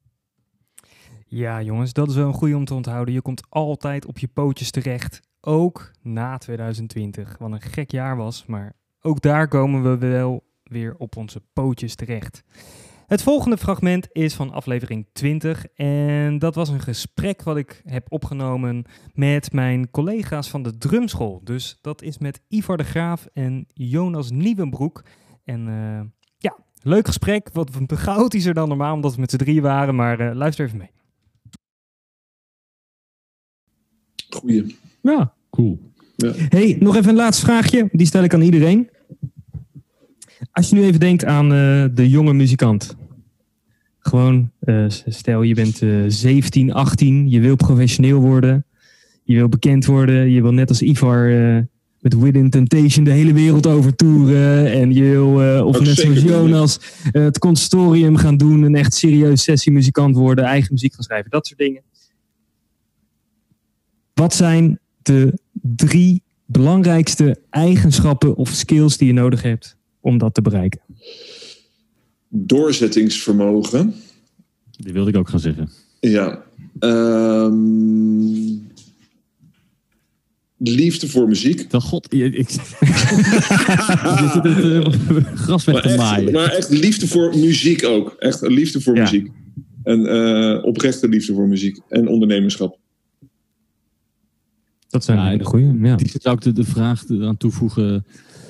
Ja, jongens, dat is wel een goede om te onthouden. Je komt altijd op je pootjes terecht. Ook na 2020. Wat een gek jaar was, maar ook daar komen we wel weer op onze pootjes terecht. Het volgende fragment is van aflevering 20. En dat was een gesprek wat ik heb opgenomen met mijn collega's van de drumschool. Dus dat is met Ivar de Graaf en Jonas Nieuwenbroek. En leuk gesprek. Wat chaotischer dan normaal, omdat we met z'n drieën waren. Maar luister even mee. Goeie. Ja, cool. Ja. Hey, nog even een laatste vraagje. Die stel ik aan iedereen. Als je nu even denkt aan de jonge muzikant. Gewoon, stel je bent 17, 18. Je wil professioneel worden. Je wil bekend worden. Je wil net als Ivar met Within Temptation de hele wereld over toeren. En je wil, of net zoals Jonas, het conservatorium gaan doen. Een echt serieus sessiemuzikant worden. Eigen muziek gaan schrijven. Dat soort dingen. Wat zijn de 3 belangrijkste eigenschappen of skills die je nodig hebt om dat te bereiken? Doorzettingsvermogen. Die wilde ik ook gaan zeggen. Ja. Liefde voor muziek. Dan god, ik zit het gras weg te maaien. Maar echt liefde voor muziek ook. Echt liefde voor muziek. En oprechte liefde voor muziek. En ondernemerschap. Dat zijn hele goeie. Ja. Die zou ik de vraag aan toevoegen.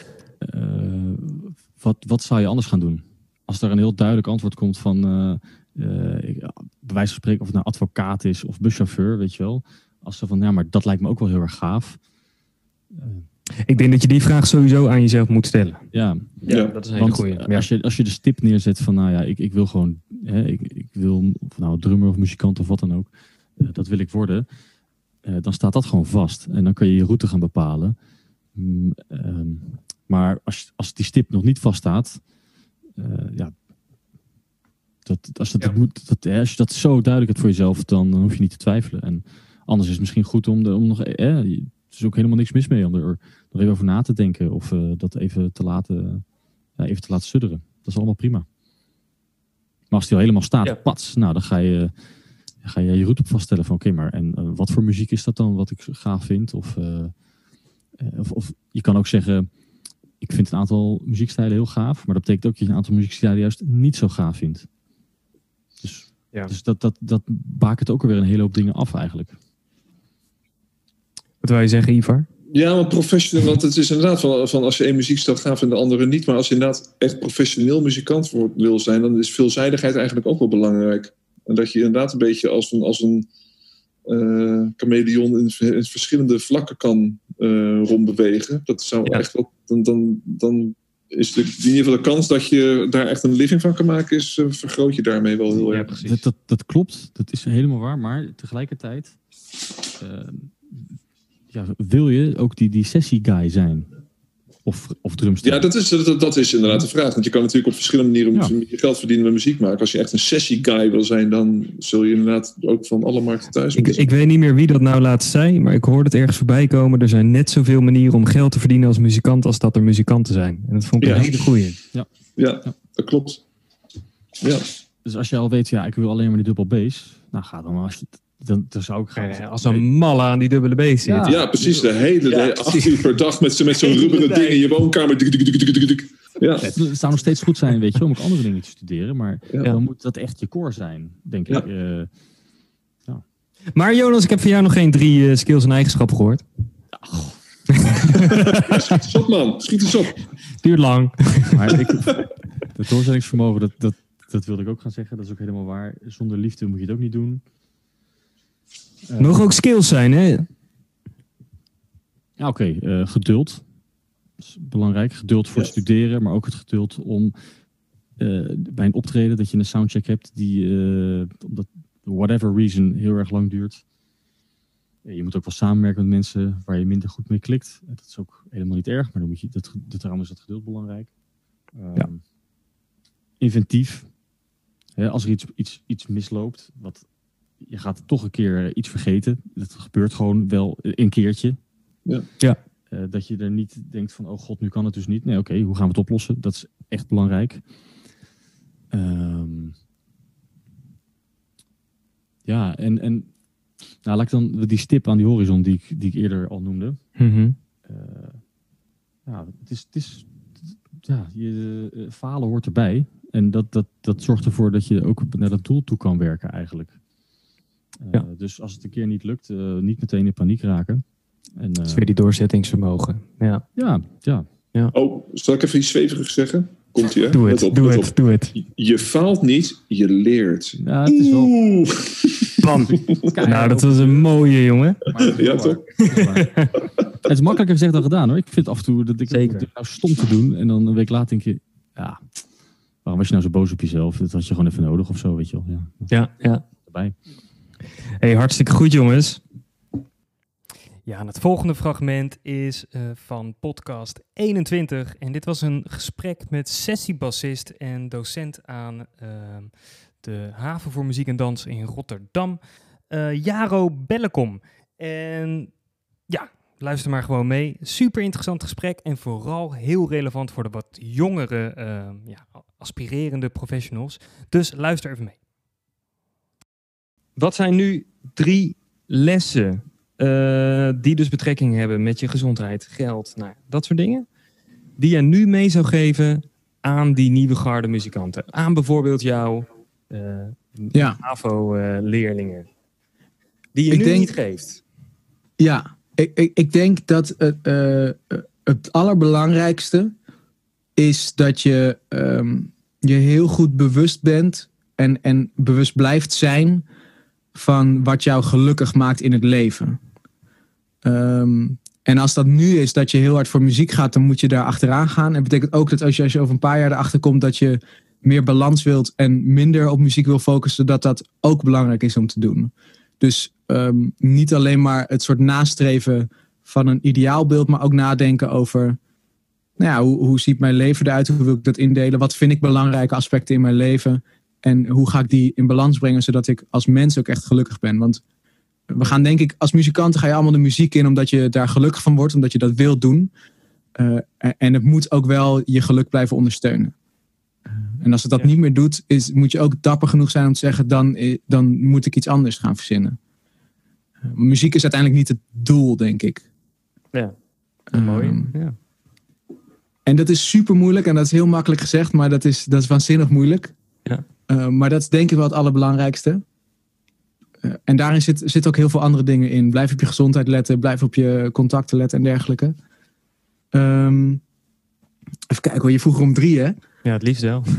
Wat zou je anders gaan doen? Als daar een heel duidelijk antwoord komt van bij wijze van spreken of het nou advocaat is of buschauffeur, weet je wel. Als ze van, maar dat lijkt me ook wel heel erg gaaf. Ik denk dat je die vraag sowieso aan jezelf moet stellen. Ja, dat is een hele goeie. Als je de stip neerzet van, ik wil gewoon, ik wil, of nou drummer of muzikant of wat dan ook, dat wil ik worden. Dan staat dat gewoon vast. En dan kun je je route gaan bepalen. Maar als die stip nog niet vaststaat, als je dat zo duidelijk hebt voor jezelf, dan hoef je niet te twijfelen. En anders is het misschien goed om nog... er is ook helemaal niks mis mee om er nog even over na te denken. Of dat even te laten sudderen. Dat is allemaal prima. Maar als die al helemaal staat, pats, nou dan ga je je route op vaststellen van oké, maar en wat voor muziek is dat dan wat ik gaaf vind? Of je kan ook zeggen, ik vind een aantal muziekstijlen heel gaaf, maar dat betekent ook dat je een aantal muziekstijlen juist niet zo gaaf vindt. Dus dat bakent ook alweer een hele hoop dingen af eigenlijk. Wat wil je zeggen, Ivar? Ja, maar professioneel, want het is inderdaad van als je één muziekstijl gaaf en de andere niet, maar als je inderdaad echt professioneel muzikant wil zijn, dan is veelzijdigheid eigenlijk ook wel belangrijk. En dat je inderdaad een beetje als een chameleon in verschillende vlakken kan rondbewegen. Dat zou echt wel... Dan is in ieder geval de kans dat je daar echt een living van kan maken, vergroot je daarmee wel heel erg. Dat klopt, dat is helemaal waar. Maar tegelijkertijd wil je ook die sessie guy zijn. Of drumster. Ja, dat is inderdaad de vraag. Want je kan natuurlijk op verschillende manieren je geld verdienen met muziek maken. Als je echt een sessie guy wil zijn, dan zul je inderdaad ook van alle markten thuis moeten zijn. Ik weet niet meer wie dat nou laatst zei, maar ik hoorde het ergens voorbij komen. Er zijn net zoveel manieren om geld te verdienen als muzikant als dat er muzikanten zijn. En dat vond ik een hele goeie. Ja, dat klopt. Ja. Dus als je al weet, ik wil alleen maar die dubbel bass. Nou, ga dan maar. Dan zou ik gaan. Als een malle aan die dubbele bass zit. Ja, precies. De hele 8 uur per dag met zo'n rubberen ding in je woonkamer. Ja. Het zou nog steeds goed zijn, weet je, om ook andere dingen te studeren. Maar dan moet dat echt je core zijn, denk ik. Maar Jonas, ik heb van jou nog geen 3 skills en eigenschappen gehoord. Schiet eens op, man. Schiet eens op. Duurt lang. Maar het doorzettingsvermogen, dat wilde ik ook gaan zeggen. Dat is ook helemaal waar. Zonder liefde moet je het ook niet doen. Mogen ook skills zijn, hè? Ja, oké. Geduld. Dat is belangrijk. Geduld voor het studeren, maar ook het geduld om bij een optreden dat je een soundcheck hebt die, omdat whatever reason, heel erg lang duurt. Je moet ook wel samenwerken met mensen waar je minder goed mee klikt. Dat is ook helemaal niet erg, maar dan moet je, daarom is dat geduld belangrijk. Inventief. Als er iets misloopt, je gaat toch een keer iets vergeten. Dat gebeurt gewoon wel een keertje. Ja. Dat je er niet denkt van, oh god, nu kan het dus niet. Nee, oké, hoe gaan we het oplossen? Dat is echt belangrijk. En laat ik dan die stip aan die horizon die ik eerder al noemde. Mm-hmm. Falen hoort erbij. En dat zorgt ervoor dat je ook naar dat doel toe kan werken eigenlijk. Dus als het een keer niet lukt, niet meteen in paniek raken. En, dat is weer die doorzettingsvermogen. Ja. Oh, zal ik even iets zwevigs zeggen? Komt ie, hè? Doe het. Je faalt niet, je leert. Ja, het is wel... Bam. Nou, dat was een mooie, jongen. Ja, toch? Het is makkelijker gezegd dan gedaan, hoor. Ik vind af en toe dat ik het nou stom te doen. En dan een week later denk je... Ja, waarom was je nou zo boos op jezelf? Dat had je gewoon even nodig of zo, weet je wel. Ja. Erbij. Hey, hartstikke goed, jongens. Ja, en het volgende fragment is van podcast 21. En dit was een gesprek met sessiebassist en docent aan de Haven voor Muziek en Dans in Rotterdam, Jaro Bellekom. En ja, luister maar gewoon mee. Super interessant gesprek en vooral heel relevant voor de wat jongere, aspirerende professionals. Dus luister even mee. Wat zijn nu 3 lessen die dus betrekking hebben met je gezondheid, geld, dat soort dingen, die je nu mee zou geven aan die nieuwe garde muzikanten? Aan bijvoorbeeld jouw HAVO-leerlingen. Die je niet geeft. Ja, ik denk dat het allerbelangrijkste is dat je je heel goed bewust bent en bewust blijft zijn van wat jou gelukkig maakt in het leven. En als dat nu is dat je heel hard voor muziek gaat, dan moet je daar achteraan gaan. En dat betekent ook dat als je over een paar jaar erachter komt dat je meer balans wilt en minder op muziek wil focussen, dat ook belangrijk is om te doen. Dus niet alleen maar het soort nastreven van een ideaalbeeld, maar ook nadenken over hoe ziet mijn leven eruit? Hoe wil ik dat indelen? Wat vind ik belangrijke aspecten in mijn leven? En hoe ga ik die in balans brengen, zodat ik als mens ook echt gelukkig ben? Want we gaan, denk ik, als muzikanten ga je allemaal de muziek in omdat je daar gelukkig van wordt, omdat je dat wilt doen. En het moet ook wel je geluk blijven ondersteunen. En als het dat niet meer doet, moet je ook dapper genoeg zijn om te zeggen, dan moet ik iets anders gaan verzinnen. Muziek is uiteindelijk niet het doel, denk ik. Ja, mooi. Ja. En dat is super moeilijk en dat is heel makkelijk gezegd, maar dat is waanzinnig moeilijk. Ja. Maar dat is denk ik wel het allerbelangrijkste. En daarin zit ook heel veel andere dingen in. Blijf op je gezondheid letten, blijf op je contacten letten en dergelijke. Even kijken hoor, je vroeg om 3, hè? Ja, het liefst wel.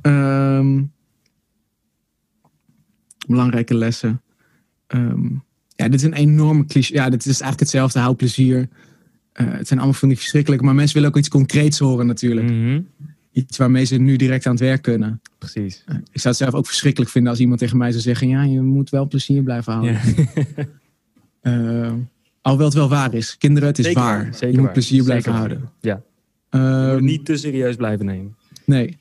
Belangrijke lessen. Dit is een enorme cliché. Ja, dit is eigenlijk hetzelfde. Hou plezier. Het zijn allemaal van die verschrikkelijke. Maar mensen willen ook iets concreets horen natuurlijk. Mm-hmm. Iets waarmee ze nu direct aan het werk kunnen. Precies. Ik zou het zelf ook verschrikkelijk vinden als iemand tegen mij zou zeggen, ja, je moet wel plezier blijven houden. Ja. Alhoewel het wel waar is. Kinderen, het is zeker waar. Je moet plezier blijven houden. Ja. Je moet het niet te serieus blijven nemen. Nee.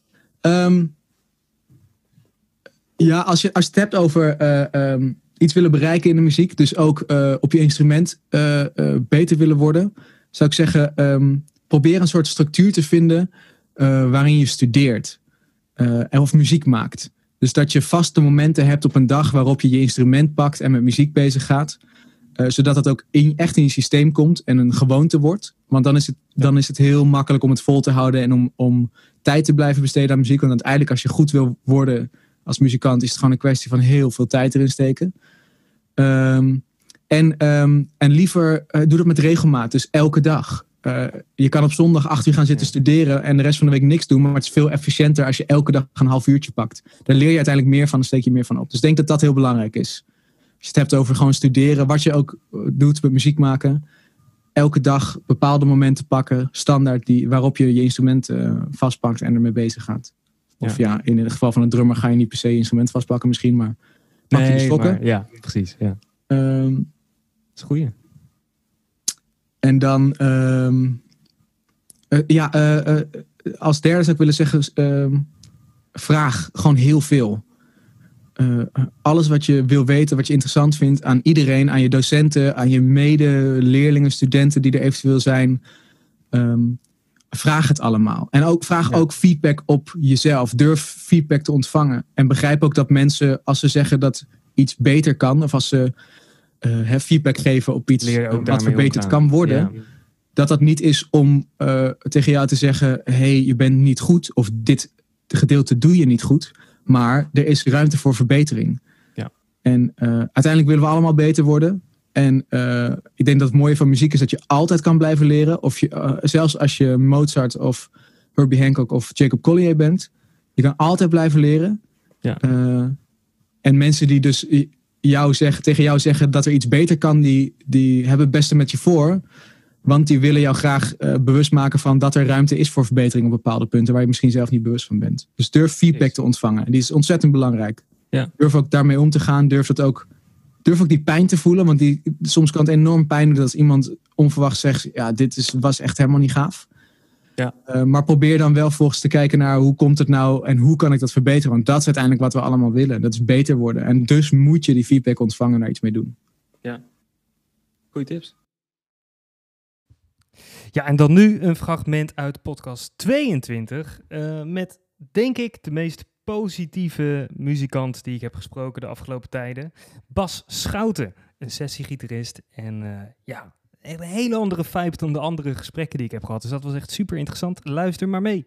Als je het hebt over iets willen bereiken in de muziek, dus ook op je instrument beter willen worden, zou ik zeggen, probeer een soort structuur te vinden waarin je studeert of muziek maakt. Dus dat je vaste momenten hebt op een dag waarop je je instrument pakt en met muziek bezig gaat. Zodat het ook echt in je systeem komt en een gewoonte wordt. Want dan is het heel makkelijk om het vol te houden en om tijd te blijven besteden aan muziek. Want uiteindelijk als je goed wil worden als muzikant is het gewoon een kwestie van heel veel tijd erin steken. En En liever doe dat met regelmaat. Dus elke dag. Je kan op zondag 8 uur gaan zitten studeren en de rest van de week niks doen. Maar het is veel efficiënter als je elke dag een half uurtje pakt. Daar leer je uiteindelijk meer van en steek je meer van op. Dus ik denk dat dat heel belangrijk is. Als je het hebt over gewoon studeren, wat je ook doet met muziek maken. Elke dag bepaalde momenten pakken, standaard, waarop je je instrument vastpakt en ermee bezig gaat. Of in het geval van een drummer ga je niet per se je instrument vastpakken misschien, maar pak je de stokken. Maar, ja, precies. Ja. Dat is een goeie. En dan, als derde zou ik willen zeggen, vraag gewoon heel veel. Alles wat je wil weten, wat je interessant vindt aan iedereen, aan je docenten, aan je medeleerlingen, studenten die er eventueel zijn. Vraag het allemaal. En ook vraag ook feedback op jezelf. Durf feedback te ontvangen. En begrijp ook dat mensen, als ze zeggen dat iets beter kan, of als ze feedback geven op iets wat verbeterd kan worden, dat niet is om tegen jou te zeggen, hey, je bent niet goed, of dit gedeelte doe je niet goed. Maar er is ruimte voor verbetering. Ja. En uiteindelijk willen we allemaal beter worden. En ik denk dat het mooie van muziek is dat je altijd kan blijven leren. Of zelfs als je Mozart of Herbie Hancock of Jacob Collier bent. Je kan altijd blijven leren. Ja. En mensen die dus tegen jou zeggen dat er iets beter kan, die hebben het beste met je voor. Want die willen jou graag bewust maken van dat er ruimte is voor verbetering op bepaalde punten waar je misschien zelf niet bewust van bent. Dus durf feedback te ontvangen. En die is ontzettend belangrijk. Ja. Durf ook daarmee om te gaan. Durf ook die pijn te voelen. Want soms kan het enorm pijn doen als iemand onverwacht zegt, ja, was echt helemaal niet gaaf. Ja. Maar probeer dan wel volgens te kijken naar hoe komt het nou en hoe kan ik dat verbeteren. Want dat is uiteindelijk wat we allemaal willen. Dat is beter worden. En dus moet je die feedback ontvangen en daar iets mee doen. Ja. Goeie tips. Ja, en dan nu een fragment uit podcast 22 met, denk ik, de meest positieve muzikant die ik heb gesproken de afgelopen tijden. Bas Schouten, een sessiegitarist en een hele andere vibe dan de andere gesprekken die ik heb gehad. Dus dat was echt super interessant. Luister maar mee.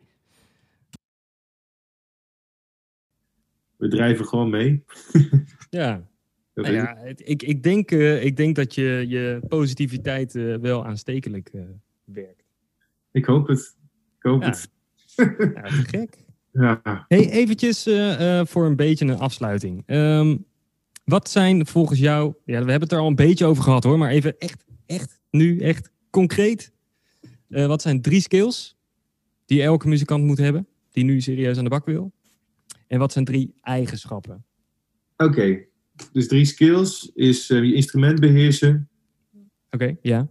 We drijven gewoon mee. Ja. Ik denk dat je positiviteit wel aanstekelijk werkt. Ik hoop het. Ja, te gek. Ja. Hey, eventjes voor een beetje een afsluiting. Wat zijn volgens jou... Ja, we hebben het er al een beetje over gehad hoor, maar even echt concreet. Wat zijn 3 skills die elke muzikant moet hebben, die nu serieus aan de bak wil? En wat zijn 3 eigenschappen? Oké. Dus 3 skills is je instrument beheersen. Oké, ja.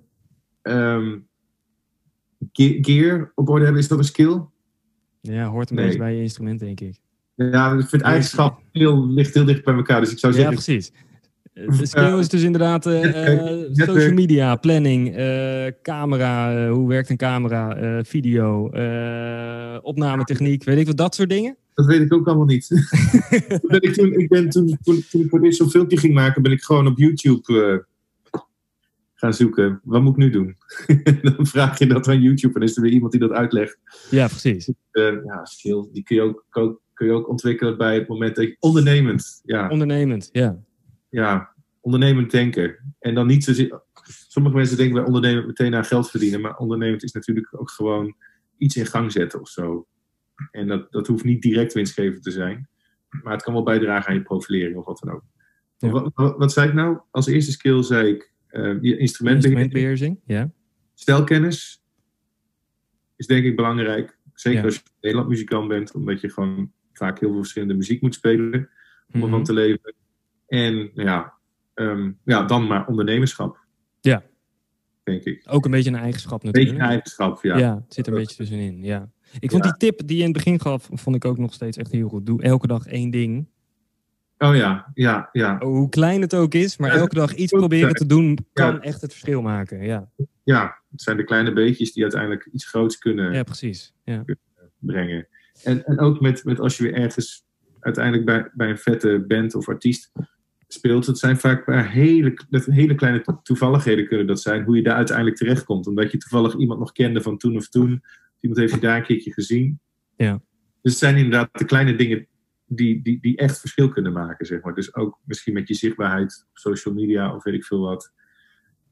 Gear op orde hebben, is dat een skill? Ja, hoort een beetje bij je instrument, denk ik. Ja, ik vind eigenschap ligt heel dicht bij elkaar. Dus ik zou zeggen... Ja, precies. De skill is dus inderdaad social media, planning, camera, hoe werkt een camera, video, opnametechniek, weet ik wat, dat soort dingen? Dat weet ik ook allemaal niet. Toen ik voor dit zo'n filmpje ging maken, ben ik gewoon op YouTube gaan zoeken. Wat moet ik nu doen? Dan vraag je dat aan YouTube en is er weer iemand die dat uitlegt. Ja, precies. Skill, die kun je ook ontwikkelen bij het moment dat je ondernemend. Ja. Ondernemend, ja. Ja, ondernemend denken. En dan niet zozeer... Sommige mensen denken bij ondernemen meteen aan geld verdienen. Maar ondernemend is natuurlijk ook gewoon iets in gang zetten of zo. En dat hoeft niet direct winstgevend te zijn. Maar het kan wel bijdragen aan je profilering of wat dan ook. Ja. Wat zei ik nou? Als eerste skill zei ik je instrumentbeheersing. Ja. Stijlkennis is denk ik belangrijk. Zeker als je Nederland muzikant bent. Omdat je gewoon vaak heel veel verschillende muziek moet spelen. Om ervan te leven. En dan maar ondernemerschap. Ja. Denk ik. Ook een beetje een eigenschap natuurlijk. Een beetje een eigenschap, ja. Ja, het zit er een beetje tussenin, ja. Ik vond die tip die je in het begin gaf, vond ik ook nog steeds echt heel goed. Doe elke dag 1 ding. Oh ja. Hoe klein het ook is, maar elke dag iets proberen te doen kan echt het verschil maken, ja. Ja, het zijn de kleine beetjes die uiteindelijk iets groots kunnen brengen. En ook met als je weer ergens uiteindelijk bij een vette band of artiest speelt, het zijn vaak hele kleine toevalligheden kunnen dat zijn, hoe je daar uiteindelijk terechtkomt. Omdat je toevallig iemand nog kende van toen of toen. Iemand heeft je daar een keertje gezien. Ja. Dus het zijn inderdaad de kleine dingen die echt verschil kunnen maken, zeg maar. Dus ook misschien met je zichtbaarheid op social media of weet ik veel wat.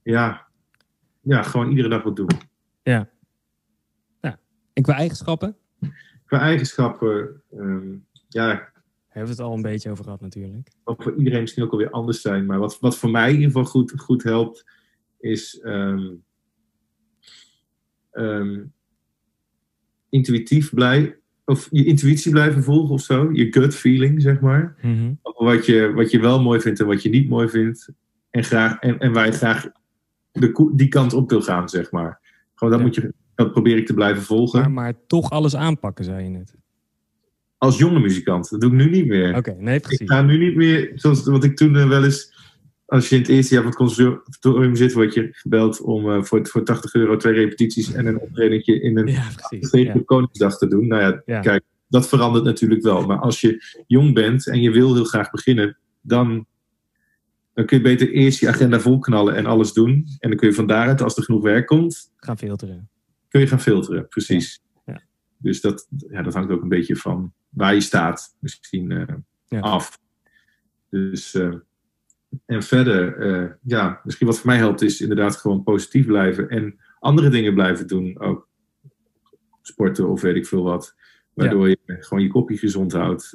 ja, gewoon iedere dag wat doen. Ja. En qua eigenschappen? Qua eigenschappen, hebben we het al een beetje over gehad natuurlijk. Ook voor iedereen misschien ook alweer anders zijn. Maar wat voor mij in ieder geval goed helpt, is intuïtief of je intuïtie blijven volgen of zo. Je gut feeling, zeg maar. Mm-hmm. Wat je wel mooi vindt en wat je niet mooi vindt. En waar je graag die kant op wil gaan, zeg maar. Gewoon dat probeer ik te blijven volgen. Maar toch alles aanpakken, zei je net. Als jonge muzikant. Dat doe ik nu niet meer. Oké, nee, precies. Ik ga nu niet meer, zoals wat ik toen wel eens... Als je in het eerste jaar van het conservatorium zit, word je gebeld om voor €80 2 repetities en een optredentje in een Koningsdag te doen. Nou ja, kijk, dat verandert natuurlijk wel. Maar als je jong bent en je wil heel graag beginnen, dan kun je beter eerst je agenda volknallen en alles doen. En dan kun je van daaruit, als er genoeg werk komt... Gaan filteren. Kun je gaan filteren, precies. Ja. Dus dat hangt ook een beetje van waar je staat misschien af. Dus... En verder, misschien wat voor mij helpt is inderdaad gewoon positief blijven en andere dingen blijven doen. Ook sporten of weet ik veel wat. Waardoor je gewoon je kopje gezond houdt.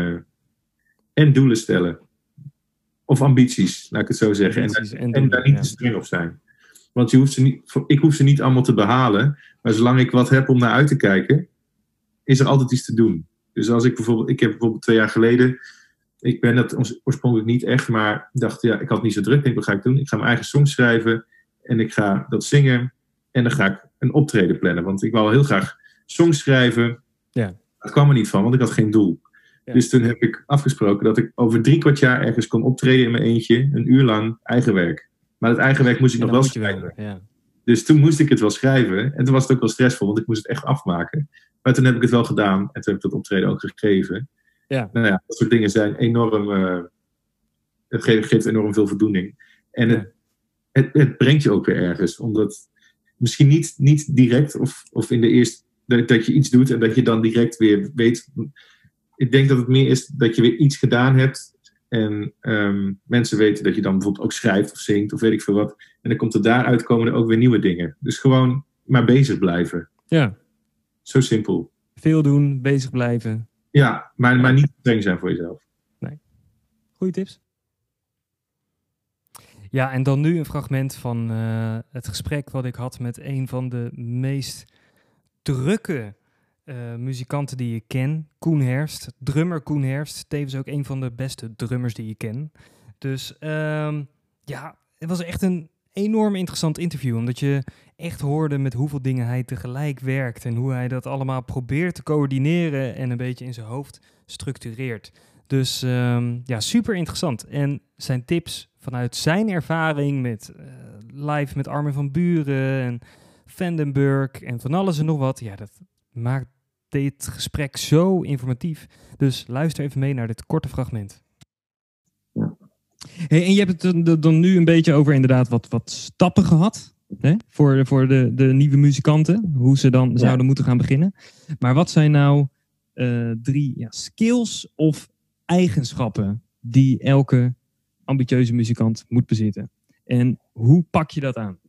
En doelen stellen. Of ambities, laat ik het zo zeggen. En daar niet te streng op zijn. Want ik hoef ze niet allemaal te behalen. Maar zolang ik wat heb om naar uit te kijken, is er altijd iets te doen. Dus als ik heb bijvoorbeeld 2 jaar geleden... Ik ben dat oorspronkelijk niet echt, maar dacht, ik had niet zo druk. Ik denk, wat ga ik doen? Ik ga mijn eigen songs schrijven en ik ga dat zingen en dan ga ik een optreden plannen. Want ik wou heel graag songs schrijven. Ja. Dat kwam er niet van, want ik had geen doel. Ja. Dus toen heb ik afgesproken dat ik over 3/4 jaar ergens kon optreden in mijn eentje, 1 uur lang, eigen werk. Maar het eigen werk moest ik nog wel schrijven. Ja. Dus toen moest ik het wel schrijven. En toen was het ook wel stressvol, want ik moest het echt afmaken. Maar toen heb ik het wel gedaan en toen heb ik dat optreden ook gegeven. Ja. Nou ja, dat soort dingen zijn enorm... het geeft enorm veel voldoening. En het brengt je ook weer ergens. Omdat misschien niet direct of in de eerste... Dat je iets doet en dat je dan direct weer weet... Ik denk dat het meer is dat je weer iets gedaan hebt. En mensen weten dat je dan bijvoorbeeld ook schrijft of zingt of weet ik veel wat. En dan komt er daaruit komen er ook weer nieuwe dingen. Dus gewoon maar bezig blijven. Ja. Zo simpel. Veel doen, bezig blijven. Ja, maar niet streng zijn voor jezelf. Nee. Goeie tips. Ja, en dan nu een fragment van het gesprek wat ik had met een van de meest drukke muzikanten die ik ken. Koen Herst, drummer Koen Herst. Tevens ook een van de beste drummers die ik ken. Dus het was echt een enorm interessant interview. Omdat je echt hoorde met hoeveel dingen hij tegelijk werkt. En hoe hij dat allemaal probeert te coördineren en een beetje in zijn hoofd structureert. Dus super interessant. En zijn tips vanuit zijn ervaring met live met Armin van Buuren en Vandenberg en van alles en nog wat. Ja, dat maakt dit gesprek zo informatief. Dus luister even mee naar dit korte fragment. Ja. Hey, en je hebt het dan nu een beetje over inderdaad wat stappen gehad. Hè? Voor de nieuwe muzikanten. Hoe ze dan zouden moeten gaan beginnen. Maar wat zijn nou 3 skills of eigenschappen die elke ambitieuze muzikant moet bezitten? En hoe pak je dat aan?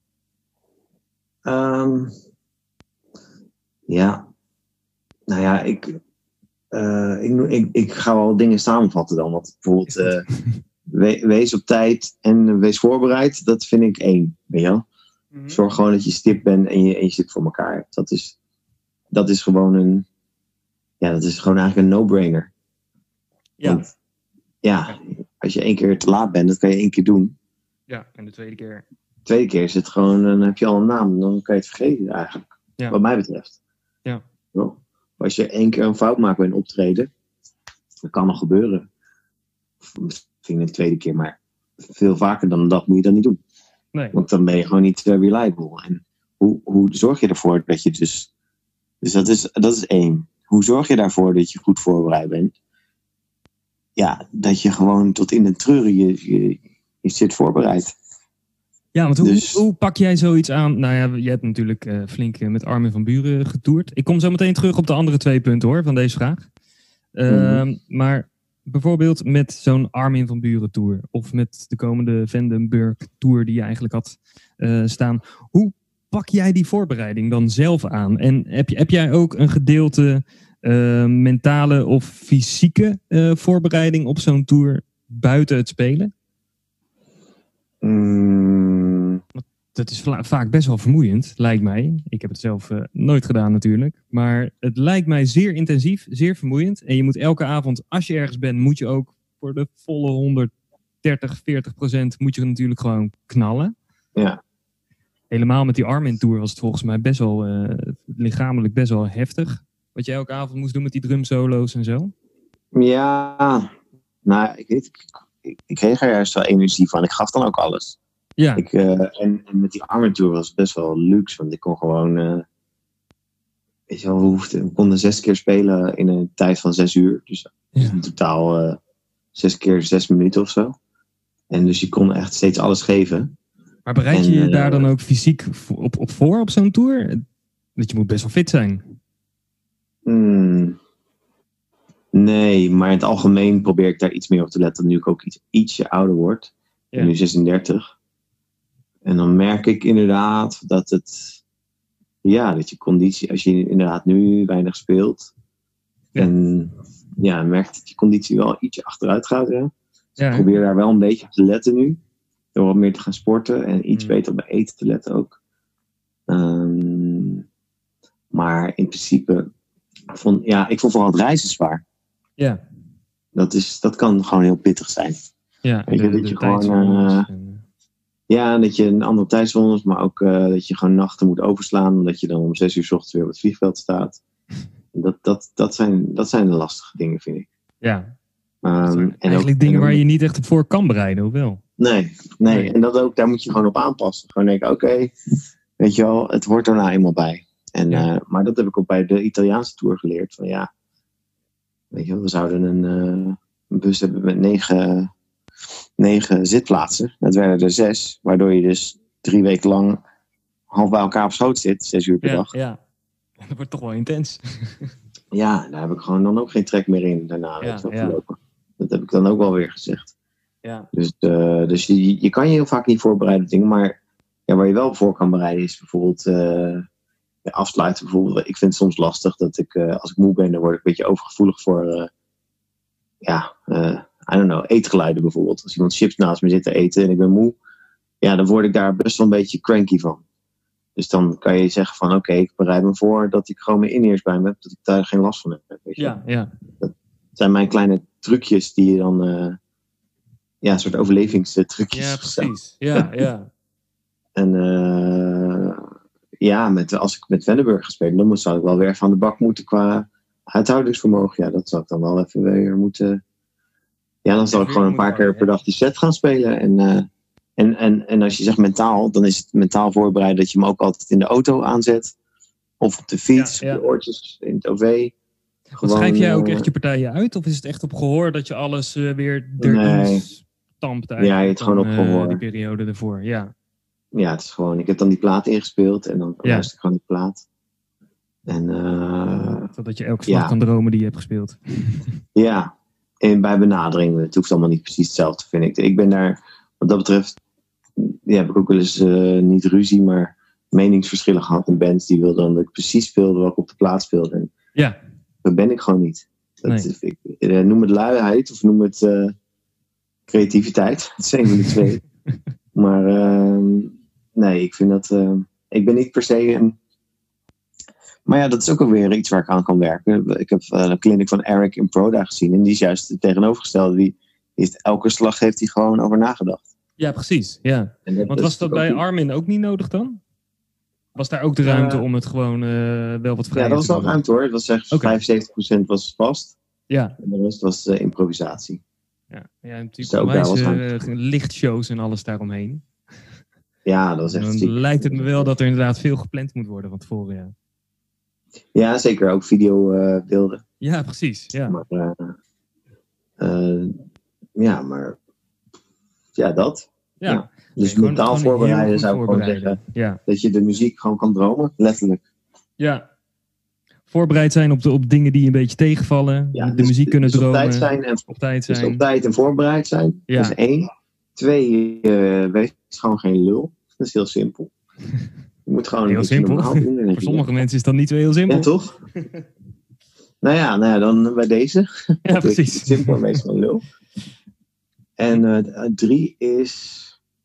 Ik ga wel dingen samenvatten dan. Want bijvoorbeeld wees op tijd en wees voorbereid. Dat vind ik 1. Weet je wel? Mm-hmm. Zorg gewoon dat je stipt bent en je zit voor elkaar hebt. Dat is gewoon dat is gewoon eigenlijk een no-brainer. Ja. Want, als je 1 keer te laat bent, dat kan je 1 keer doen. Ja, en de tweede keer? De tweede keer is het gewoon, dan heb je al een naam. Dan kan je het vergeten eigenlijk. Ja. Wat mij betreft. Ja. Als je 1 keer een fout maakt bij een optreden, dat kan nog gebeuren. Misschien een tweede keer, maar veel vaker dan een dag moet je dat niet doen. Nee. Want dan ben je gewoon niet reliable. En hoe zorg je ervoor dat je dus dat is 1. Hoe zorg je daarvoor dat je goed voorbereid bent? Ja, dat je gewoon tot in de treuren je zit voorbereid. Ja, want hoe pak jij zoiets aan? Nou ja, je hebt natuurlijk flink met Armin van Buuren getoerd. Ik kom zo meteen terug op de andere 2 punten hoor, van deze vraag. Maar bijvoorbeeld met zo'n Armin van Buuren tour of met de komende Vandenberg tour die je eigenlijk had staan. Hoe pak jij die voorbereiding dan zelf aan? En heb jij ook een gedeelte mentale of fysieke voorbereiding op zo'n tour buiten het spelen? Dat is vaak best wel vermoeiend, lijkt mij. Ik heb het zelf nooit gedaan natuurlijk. Maar het lijkt mij zeer intensief, zeer vermoeiend. En je moet elke avond, als je ergens bent, moet je ook voor de volle 130-40% moet je natuurlijk gewoon knallen. Ja. Helemaal met die Armin Tour was het volgens mij best wel lichamelijk best wel heftig. Wat je elke avond moest doen met die drumsolo's en zo. Ja, nou, ik kreeg er juist wel energie van. Ik gaf dan ook alles. Ja. En met die Armin Tour was het best wel luxe. Want ik kon gewoon... weet je wel, we konden 6 keer spelen in een tijd van 6 uur. Dus in totaal 6 keer 6 minuten of zo. En dus je kon echt steeds alles geven. Maar bereid je je daar dan ook fysiek op voor op zo'n tour? Dat je moet best wel fit zijn. Nee, maar in het algemeen probeer ik daar iets meer op te letten. Nu ik ook ietsje ouder word. Ik ben nu 36. En dan merk ik inderdaad dat dat je conditie, als je inderdaad nu weinig speelt. En dan merk dat je conditie wel ietsje achteruit gaat. Ja. Dus ik probeer daar wel een beetje op te letten nu. Door wat meer te gaan sporten en iets beter op mijn eten te letten ook. Maar in principe, ik vond vooral het reizen zwaar. Ja. Dat kan gewoon heel pittig zijn. Ja, weet je, dat je gewoon... dat je een andere tijdzone is, maar ook dat je gewoon nachten moet overslaan. Omdat je dan om 6 uur 's ochtends weer op het vliegveld staat. Dat zijn de lastige dingen, vind ik. Ja. En eigenlijk ook, dingen waar je niet echt op voor kan bereiden, of wel? Nee. En dat ook, daar moet je gewoon op aanpassen. Gewoon denken, oké, weet je wel, het hoort er nou eenmaal bij. En, maar dat heb ik ook bij de Italiaanse tour geleerd. Van weet je wel, we zouden een bus hebben met 9 zitplaatsen. Dat werden er 6, waardoor je dus 3 weken lang half bij elkaar op schoot zit, 6 uur per dag. Ja, dat wordt toch wel intens. Ja, daar heb ik gewoon dan ook geen trek meer in daarna. Dat heb ik dan ook wel weer gezegd. Ja. Dus je kan je heel vaak niet voorbereiden op dingen, maar waar je wel voor kan bereiden is bijvoorbeeld afsluiten. Bijvoorbeeld, ik vind het soms lastig dat ik, als ik moe ben, dan word ik een beetje overgevoelig voor I don't know, eetgeluiden bijvoorbeeld. Als iemand chips naast me zit te eten en ik ben moe, dan word ik daar best wel een beetje cranky van. Dus dan kan je zeggen van oké, ik bereid me voor dat ik gewoon mijn in-ears bij me heb, dat ik daar geen last van heb. Weet je? Ja. Dat zijn mijn kleine trucjes die je dan, een soort overlevingstrucjes. Ja, precies. Ja. En als ik met Vandenberg gespeeld, dan zou ik wel weer even aan de bak moeten qua uithoudingsvermogen. Ja, dat zou ik dan wel even weer moeten... Ja, dan zal ik gewoon een paar keer per dag die set gaan spelen. En als je zegt mentaal, dan is het mentaal voorbereiden dat je hem ook altijd in de auto aanzet. Of op de fiets, op de oortjes, in het OV. Gewoon, schrijf jij ook echt je partijen uit? Of is het echt op gehoor dat je alles weer erin stampt eigenlijk? Ja, het gewoon op gehoor. Die periode ervoor, ja. Ja, het is gewoon, ik heb dan die plaat ingespeeld en dan luister ik gewoon die plaat. En, zodat je elke slag kan dromen die je hebt gespeeld. Ja. En bij benadering, het hoeft allemaal niet precies hetzelfde, vind ik. Ik ben daar, wat dat betreft, heb ik ook wel eens niet ruzie, maar meningsverschillen gehad in bands die wilden dan dat ik precies speelde wat ik op de plaat speelde. En dat ben ik gewoon niet. Noem het luiheid of noem het creativiteit. Het zijn de twee. Maar nee, ik vind dat... ik ben niet per se een... Maar dat is ook alweer iets waar ik aan kan werken. Ik heb een clinic van Eric in Proda gezien. En die is juist het tegenovergestelde. Elke slag heeft hij gewoon over nagedacht. Ja, precies. Ja. Want was dat bij Armin ook niet nodig dan? Was daar ook de ruimte om het gewoon wel wat vrij te doen? Ja, dat was wel ruimte hoor. Het was echt 75% was vast. Ja. En de rest was improvisatie. Ja, natuurlijk lichtshows en alles daaromheen. Ja, dat was echt ziek. Dan lijkt het me wel dat er inderdaad veel gepland moet worden van tevoren, ja. Ja, zeker. Ook videobeelden. Ja, precies. Ja. Maar, dat. Ja. Dus mentaal voorbereiden zou ik gewoon zeggen. Ja. Dat je de muziek gewoon kan dromen, letterlijk. Ja. Voorbereid zijn op dingen die een beetje tegenvallen. Ja, de dus, muziek kunnen dus dromen. Op tijd zijn en, op tijd zijn. Dus op tijd en voorbereid zijn. Ja. Dat is 1. 2, wees gewoon geen lul. Dat is heel simpel. Je moet gewoon heel simpel. Normaal doen. Voor sommige mensen is dat niet zo heel simpel. Ja, toch? nou ja, dan bij deze. Ja, precies. Simpel en wees gewoon lul. En 3 is...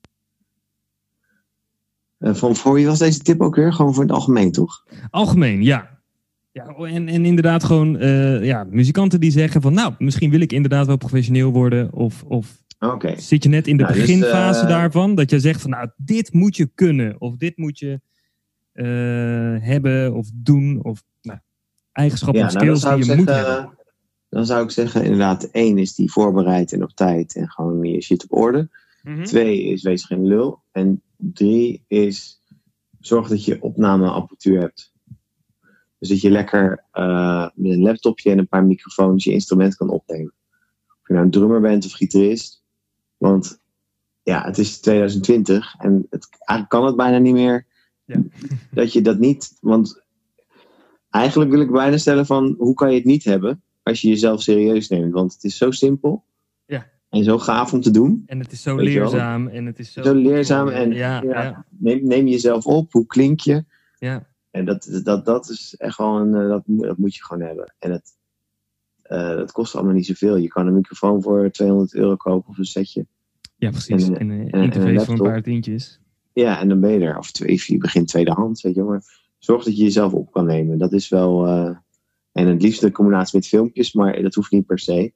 voor wie was deze tip ook weer? Gewoon voor het algemeen, toch? Algemeen, ja. Ja, en inderdaad gewoon muzikanten die zeggen van... nou, misschien wil ik inderdaad wel professioneel worden. Of zit je net in de beginfase daarvan... dat je zegt van nou, dit moet je kunnen. Of dit moet je hebben of doen. Of eigenschappen of skills die je moet hebben. Dan zou ik zeggen, inderdaad, 1 is die voorbereid en op tijd. En gewoon je shit op orde. 2 is wees geen lul. En 3 is zorg dat je opnameapparatuur hebt. Dus dat je lekker met een laptopje en een paar microfoons je instrument kan opnemen. Of je nou een drummer bent of gitarist. Want ja, het is 2020 en eigenlijk kan het bijna niet meer. Ja. Dat je dat niet... Want eigenlijk wil ik bijna stellen van hoe kan je het niet hebben als je jezelf serieus neemt. Want het is zo simpel. Ja. En zo gaaf om te doen. En het is zo leerzaam. En het is zo leerzaam. En neem jezelf op. Hoe klink je? Ja. En dat is echt wel dat moet je gewoon hebben. En dat kost allemaal niet zoveel. Je kan een microfoon voor €200 kopen of een setje. Ja, precies. En een interface voor een paar tientjes. Ja, en dan ben je er. Of je begint tweedehands, weet je. Maar zorg dat je jezelf op kan nemen. Dat is wel... en het liefst in combinatie met filmpjes, maar dat hoeft niet per se.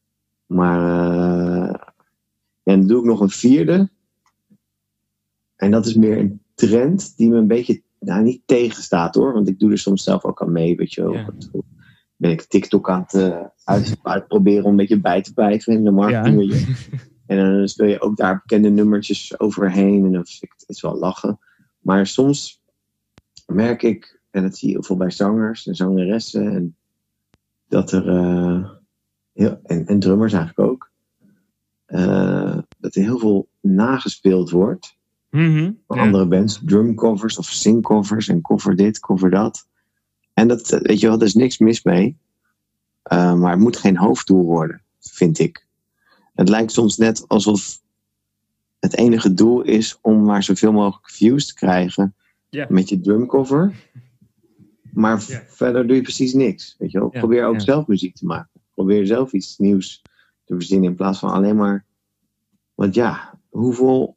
Maar dan doe ik nog een 4e. En dat is meer een trend die me een beetje niet tegenstaat hoor. Want ik doe er soms zelf ook aan mee, weet je wel. Ja. Ben ik TikTok aan het uitproberen om een beetje bij te blijven in de marketing. Ja. En dan speel je ook daar bekende nummertjes overheen. En dan vind ik het wel lachen. Maar soms merk ik, en dat zie je heel veel bij zangers en zangeressen. En dat er, en drummers eigenlijk ook. Dat er heel veel nagespeeld wordt. Van andere bands. Drumcovers of singcovers. En cover dit, cover dat. En dat, weet je wel, er is niks mis mee. Maar het moet geen hoofddoel worden, vind ik. Het lijkt soms net alsof het enige doel is om maar zoveel mogelijk views te krijgen met je drumcover. Maar verder doe je precies niks. Weet je wel? Probeer ook zelf muziek te maken. Probeer zelf iets nieuws te verzinnen in plaats van alleen maar... Want ja, hoeveel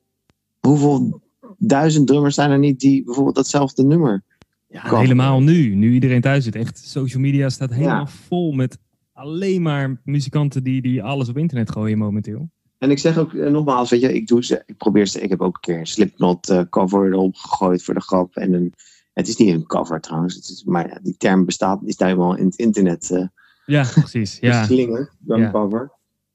1000 drummers zijn er niet die bijvoorbeeld datzelfde nummer... Ja, helemaal nu iedereen thuis zit. Echt, social media staat helemaal vol met alleen maar muzikanten die alles op internet gooien momenteel. En ik zeg ook nogmaals, weet je, ik heb ook een keer een Slipknot cover erop gegooid voor de grap. Het is niet een cover trouwens, maar die term bestaat, die staat helemaal in het internet. Ja, precies. Ja. Slinger, dan cover.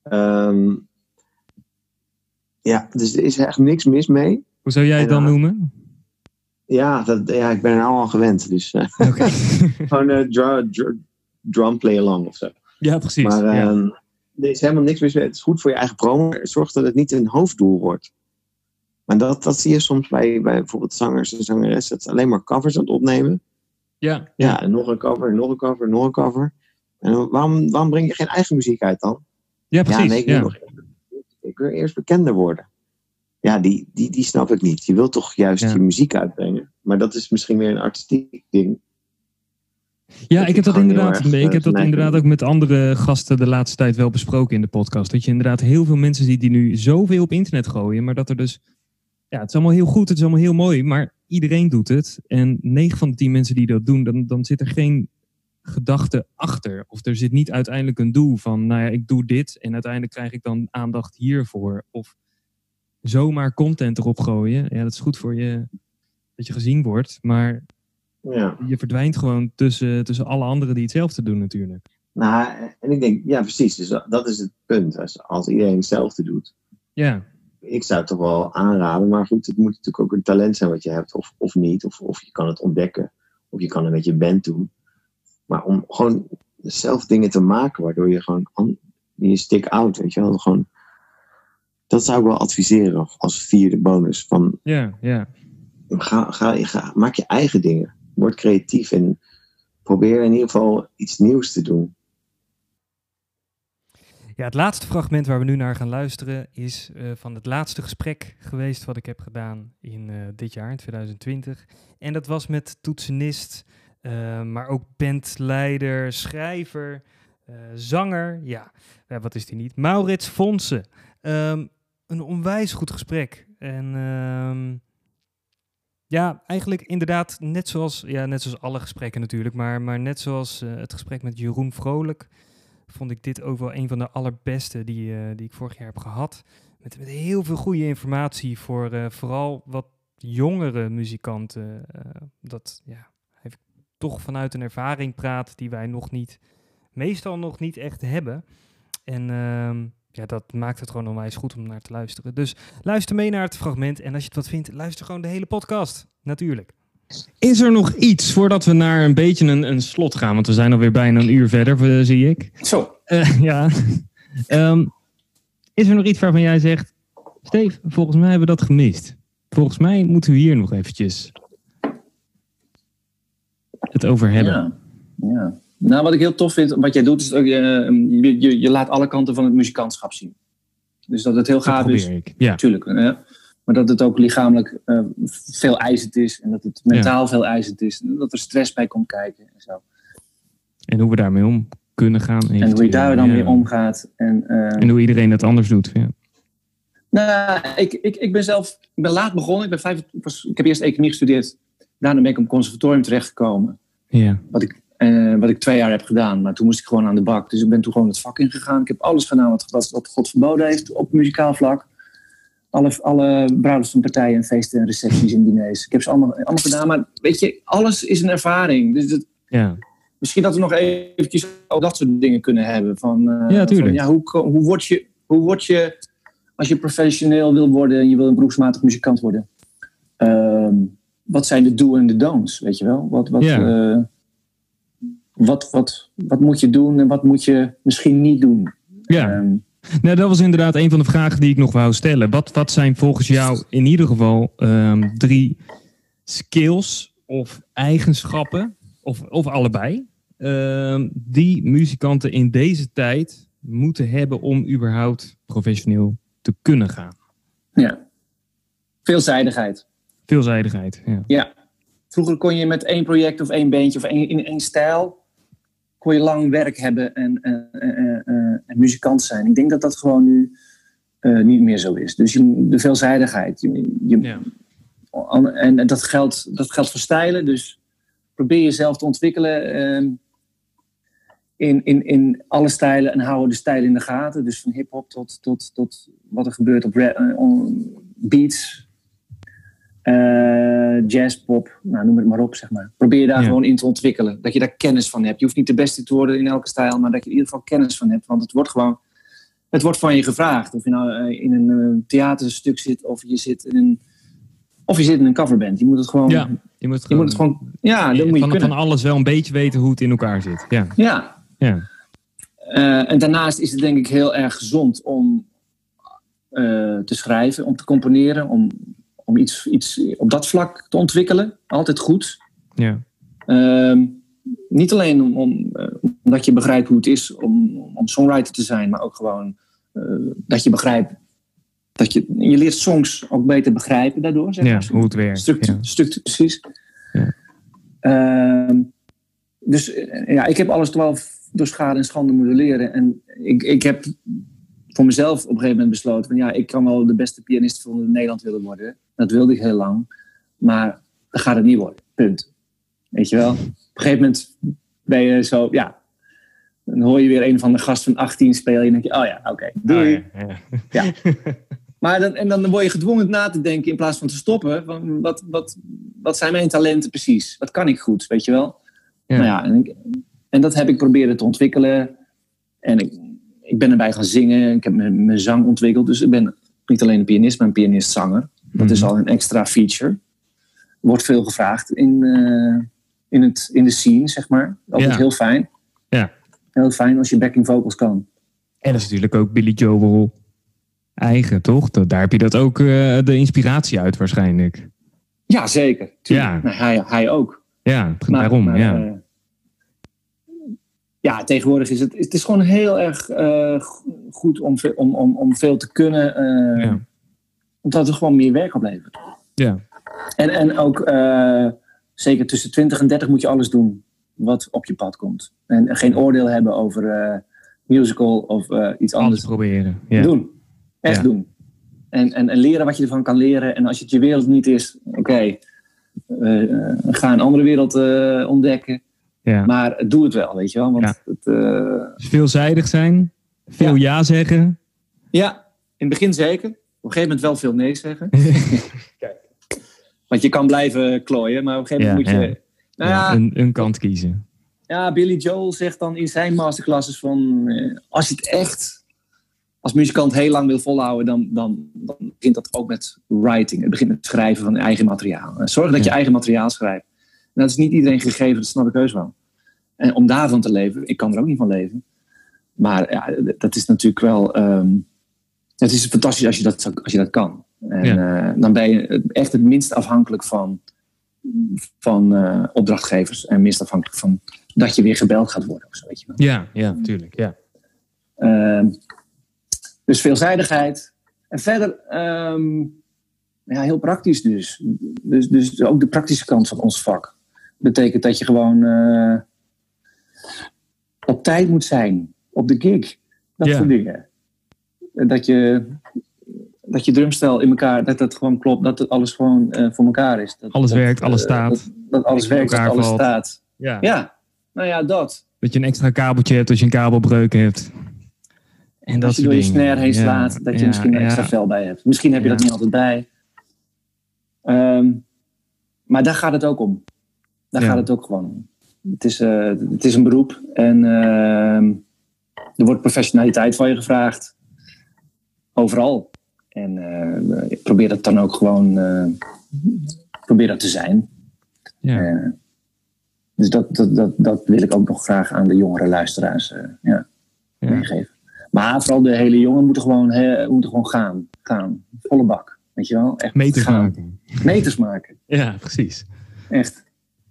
Dus er is echt niks mis mee. Hoe zou jij het dan noemen? Ja, ik ben er nou al gewend. Dus gewoon drum play along of zo. Ja, precies. Maar er is helemaal niks mis mee. Het is goed voor je eigen promo. Zorg dat het niet een hoofddoel wordt. Maar dat zie je soms bij bijvoorbeeld zangers en zangeressen. Dat ze alleen maar covers aan het opnemen. Ja. En nog een cover, nog een cover, nog een cover. En waarom breng je geen eigen muziek uit dan? Ja, precies. Ik wil eerst bekender worden. Ja, die snap ik niet. Je wilt toch juist je muziek uitbrengen. Maar dat is misschien weer een artistiek ding. Ja, ik heb dat inderdaad ook met andere gasten de laatste tijd wel besproken in de podcast. Dat je inderdaad heel veel mensen ziet die nu zoveel op internet gooien. Maar dat er dus... Ja, het is allemaal heel goed, het is allemaal heel mooi. Maar iedereen doet het. En 9 van de 10 mensen die dat doen, dan zit er geen gedachte achter. Of er zit niet uiteindelijk een doel van... Nou ja, ik doe dit en uiteindelijk krijg ik dan aandacht hiervoor. Of... zomaar content erop gooien. Ja, dat is goed voor je dat je gezien wordt. Maar je verdwijnt gewoon tussen alle anderen die hetzelfde doen natuurlijk. Nou, en ik denk, ja precies. Dus dat is het punt. Als iedereen hetzelfde doet. Ja. Ik zou het toch wel aanraden. Maar goed, het moet natuurlijk ook een talent zijn wat je hebt. Of niet. Of je kan het ontdekken. Of je kan het met je band doen. Maar om gewoon zelf dingen te maken. Waardoor je gewoon je stick out. Weet je wel. Gewoon... Dat zou ik wel adviseren als 4e bonus. Van, maak je eigen dingen. Word creatief. En probeer in ieder geval iets nieuws te doen. Ja, het laatste fragment waar we nu naar gaan luisteren is van het laatste gesprek geweest wat ik heb gedaan in dit jaar, in 2020. En dat was met toetsenist, maar ook bandleider, schrijver, zanger. Ja, wat is die niet? Maurits Fonse. Een onwijs goed gesprek. En ja, eigenlijk inderdaad net zoals alle gesprekken natuurlijk, maar net zoals het gesprek met Jeroen Vrolijk, vond ik dit ook wel een van de allerbeste die ik vorig jaar heb gehad. Met heel veel goede informatie voor vooral wat jongere muzikanten. Dat hij toch vanuit een ervaring praat die wij meestal nog niet echt hebben. En dat maakt het gewoon onwijs goed om naar te luisteren. Dus luister mee naar het fragment. En als je het wat vindt, luister gewoon de hele podcast. Natuurlijk. Is er nog iets voordat we naar een beetje een slot gaan? Want we zijn alweer bijna een uur verder, zie ik. Zo. Ja. Is er nog iets waarvan jij zegt, Steve, volgens mij hebben we dat gemist. Volgens mij moeten we hier nog eventjes het over hebben. Ja. Nou, wat ik heel tof vind, wat jij doet, is ook, je laat alle kanten van het muzikantschap zien. Dus dat het heel gaaf is. Ja. Natuurlijk. Maar dat het ook lichamelijk veel eisend is. En dat het mentaal veel eisend is. En dat er stress bij komt kijken. En zo. En hoe we daarmee om kunnen gaan. En hoe je daar dan mee omgaat. En hoe iedereen het anders doet. Ja. Nou, ik ben laat begonnen. Ik heb eerst economie gestudeerd. Daarna ben ik op het conservatorium terechtgekomen. Ja. Wat ik 2 jaar heb gedaan. Maar toen moest ik gewoon aan de bak. Dus ik ben toen gewoon het vak ingegaan. Ik heb alles gedaan wat God verboden heeft op muzikaal vlak. Alle bruiloftenpartijen en feesten en recepties en diners. Ik heb ze allemaal gedaan. Maar weet je, alles is een ervaring. Dus misschien dat we nog eventjes ook dat soort dingen kunnen hebben. Tuurlijk. Hoe word je, als je professioneel wil worden en je wil een beroepsmatig muzikant worden. Wat zijn de do en de don'ts, weet je wel? Wat moet je doen en wat moet je misschien niet doen? Ja. Nou, dat was inderdaad een van de vragen die ik nog wou stellen. Wat zijn volgens jou in ieder geval 3 skills of eigenschappen, of allebei, die muzikanten in deze tijd moeten hebben om überhaupt professioneel te kunnen gaan? Ja. Veelzijdigheid. Veelzijdigheid, ja. Ja. Vroeger kon je met 1 project of 1 bandje of in 1 stijl kon je lang werk hebben en muzikant zijn. Ik denk dat dat gewoon nu niet meer zo is. Dus de veelzijdigheid. En dat geldt voor stijlen. Dus probeer jezelf te ontwikkelen in alle stijlen en hou de stijlen in de gaten. Dus van hip-hop tot wat er gebeurt op beats, jazz, pop, noem het maar op, zeg maar. Probeer je daar gewoon in te ontwikkelen. Dat je daar kennis van hebt. Je hoeft niet de beste te worden in elke stijl, maar dat je in ieder geval kennis van hebt. Want het wordt van je gevraagd. Of je nou in een theaterstuk zit, of je zit in een coverband. Je moet het gewoon... Ja, je moet het gewoon van alles wel een beetje weten hoe het in elkaar zit. Ja. En daarnaast is het denk ik heel erg gezond om te schrijven, om te componeren, om iets op dat vlak te ontwikkelen. Altijd goed. Ja. Niet alleen omdat je begrijpt hoe het is om songwriter te zijn, maar ook gewoon dat je begrijpt dat je leert songs ook beter begrijpen daardoor. Zeg maar. Hoe het werkt. Precies. Ja. Dus ik heb alles wel door schade en schande moeten leren. En ik heb voor mezelf op een gegeven moment besloten van ik kan wel de beste pianist van Nederland willen worden. Dat wilde ik heel lang. Maar dat gaat het niet worden. Punt. Weet je wel? Op een gegeven moment ben je zo, dan hoor je weer een van de gast van 18 spelen en dan denk je, oké, doei. Ja. Maar dan word je gedwongen na te denken in plaats van te stoppen. Van wat zijn mijn talenten precies? Wat kan ik goed, weet je wel? Ja. En dat heb ik proberen te ontwikkelen. En ik ben erbij gaan zingen. Ik heb mijn zang ontwikkeld. Dus ik ben niet alleen een pianist, maar een pianist-zanger. Dat is al een extra feature. Wordt veel gevraagd in de scene, zeg maar. Altijd heel fijn. Ja. Heel fijn als je backing vocals kan. En dat is natuurlijk ook Billy Joel eigen, toch? Daar heb je dat ook de inspiratie uit waarschijnlijk. Ja, zeker. Ja. Nou, hij ook. Ja, daarom. ja, tegenwoordig is het is gewoon heel erg goed om veel te kunnen. Omdat het gewoon meer werk oplevert. Ja. En ook zeker tussen 20 en 30 moet je alles doen wat op je pad komt. En geen oordeel hebben over musical of iets anders. Alles proberen. Ja. Doen. Echt doen. En leren wat je ervan kan leren. En als het je wereld niet is, oké, ga een andere wereld ontdekken. Ja. Maar doe het wel, weet je wel. Want veelzijdig zijn. Veel ja zeggen. Ja, in het begin zeker. Op een gegeven moment wel veel nee zeggen. Kijk. Want je kan blijven klooien, maar op een gegeven moment moet je... een kant kiezen. Ja, Billy Joel zegt dan in zijn masterclasses van... als je het echt als muzikant heel lang wil volhouden... dan begint dat ook met writing. Het begint met schrijven van eigen materiaal. Zorg dat je eigen materiaal schrijft. En dat is niet iedereen gegeven, dat snap ik heus wel. En om daarvan te leven, ik kan er ook niet van leven. Maar ja, dat is natuurlijk wel... het is fantastisch als je dat kan. En dan ben je echt het minst afhankelijk van opdrachtgevers. En minst afhankelijk van dat je weer gebeld gaat worden. Of zo, weet je wel. Ja, tuurlijk. Ja. Dus veelzijdigheid. En verder, heel praktisch dus. Dus ook de praktische kant van ons vak. Betekent dat je gewoon op tijd moet zijn. Op de gig. Dat soort dingen. Dat je drumstel in elkaar, dat het gewoon klopt, dat het alles gewoon voor elkaar is. Alles werkt, alles staat. Dat alles werkt, dat alles staat. Ja, nou ja, dat. Dat je een extra kabeltje hebt als je een kabelbreuk hebt. En als je door je snare heen slaat, dat je misschien een extra vel bij hebt. Misschien heb je dat niet altijd bij. Maar daar gaat het ook om. Daar gaat het ook gewoon om. Het is een beroep en er wordt professionaliteit van je gevraagd. Overal. En probeer dat dan ook gewoon probeer dat te zijn. Ja. Dus dat wil ik ook nog graag aan de jongere luisteraars meegeven. Maar vooral de hele jongen moeten gewoon gaan. Volle bak. Weet je wel? Echt meters maken. Meters maken. Ja, precies. Echt.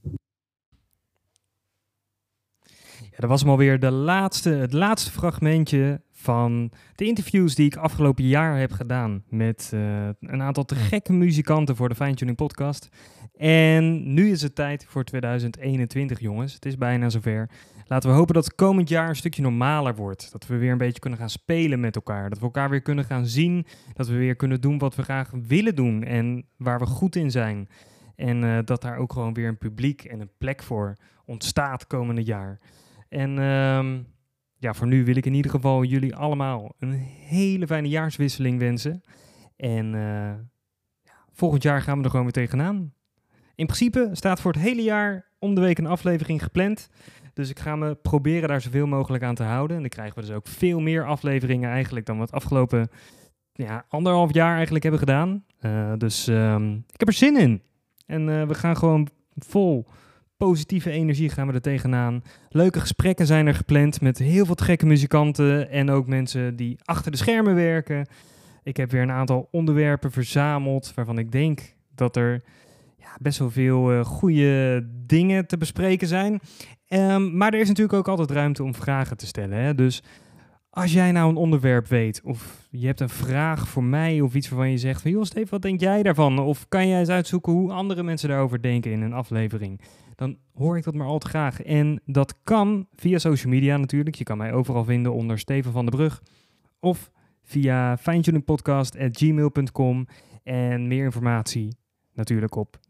Ja, dat was hem alweer het laatste fragmentje van de interviews die ik afgelopen jaar heb gedaan met een aantal te gekke muzikanten voor de Fine Tuning Podcast. En nu is het tijd voor 2021, jongens. Het is bijna zover. Laten we hopen dat het komend jaar een stukje normaler wordt. Dat we weer een beetje kunnen gaan spelen met elkaar. Dat we elkaar weer kunnen gaan zien. Dat we weer kunnen doen wat we graag willen doen en waar we goed in zijn. En dat daar ook gewoon weer een publiek en een plek voor ontstaat komende jaar. En voor nu wil ik in ieder geval jullie allemaal een hele fijne jaarswisseling wensen. En volgend jaar gaan we er gewoon weer tegenaan. In principe staat voor het hele jaar om de week een aflevering gepland. Dus ik ga me proberen daar zoveel mogelijk aan te houden. En dan krijgen we dus ook veel meer afleveringen eigenlijk dan we het afgelopen 1,5 jaar eigenlijk hebben gedaan. Dus ik heb er zin in. En we gaan gewoon vol positieve energie gaan we er tegenaan. Leuke gesprekken zijn er gepland met heel veel gekke muzikanten en ook mensen die achter de schermen werken. Ik heb weer een aantal onderwerpen verzameld waarvan ik denk dat er best wel veel goede dingen te bespreken zijn. Maar er is natuurlijk ook altijd ruimte om vragen te stellen. Hè? Dus als jij nou een onderwerp weet of je hebt een vraag voor mij of iets waarvan je zegt van joh Steve, wat denk jij daarvan? Of kan jij eens uitzoeken hoe andere mensen daarover denken in een aflevering? Dan hoor ik dat maar al te graag. En dat kan via social media natuurlijk. Je kan mij overal vinden onder Steven van der Brug. Of via finetuningpodcast@gmail.com. En meer informatie natuurlijk op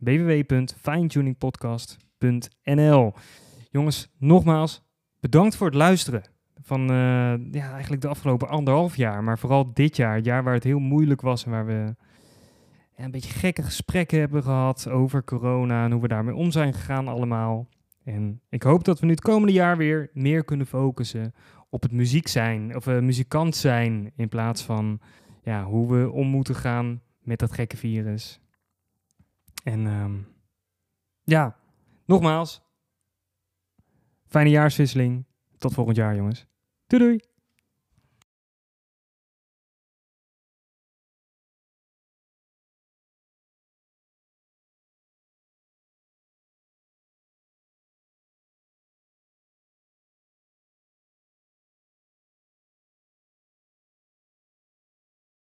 www.finetuningpodcast.nl. Jongens, nogmaals, bedankt voor het luisteren. Van eigenlijk de afgelopen 1,5 jaar. Maar vooral dit jaar. Het jaar waar het heel moeilijk was en waar we een beetje gekke gesprekken hebben gehad over corona en hoe we daarmee om zijn gegaan allemaal. En ik hoop dat we nu het komende jaar weer meer kunnen focussen op het muziek zijn, of muzikant zijn, in plaats van hoe we om moeten gaan met dat gekke virus. En nogmaals, fijne jaarswisseling. Tot volgend jaar, jongens. Doei doei!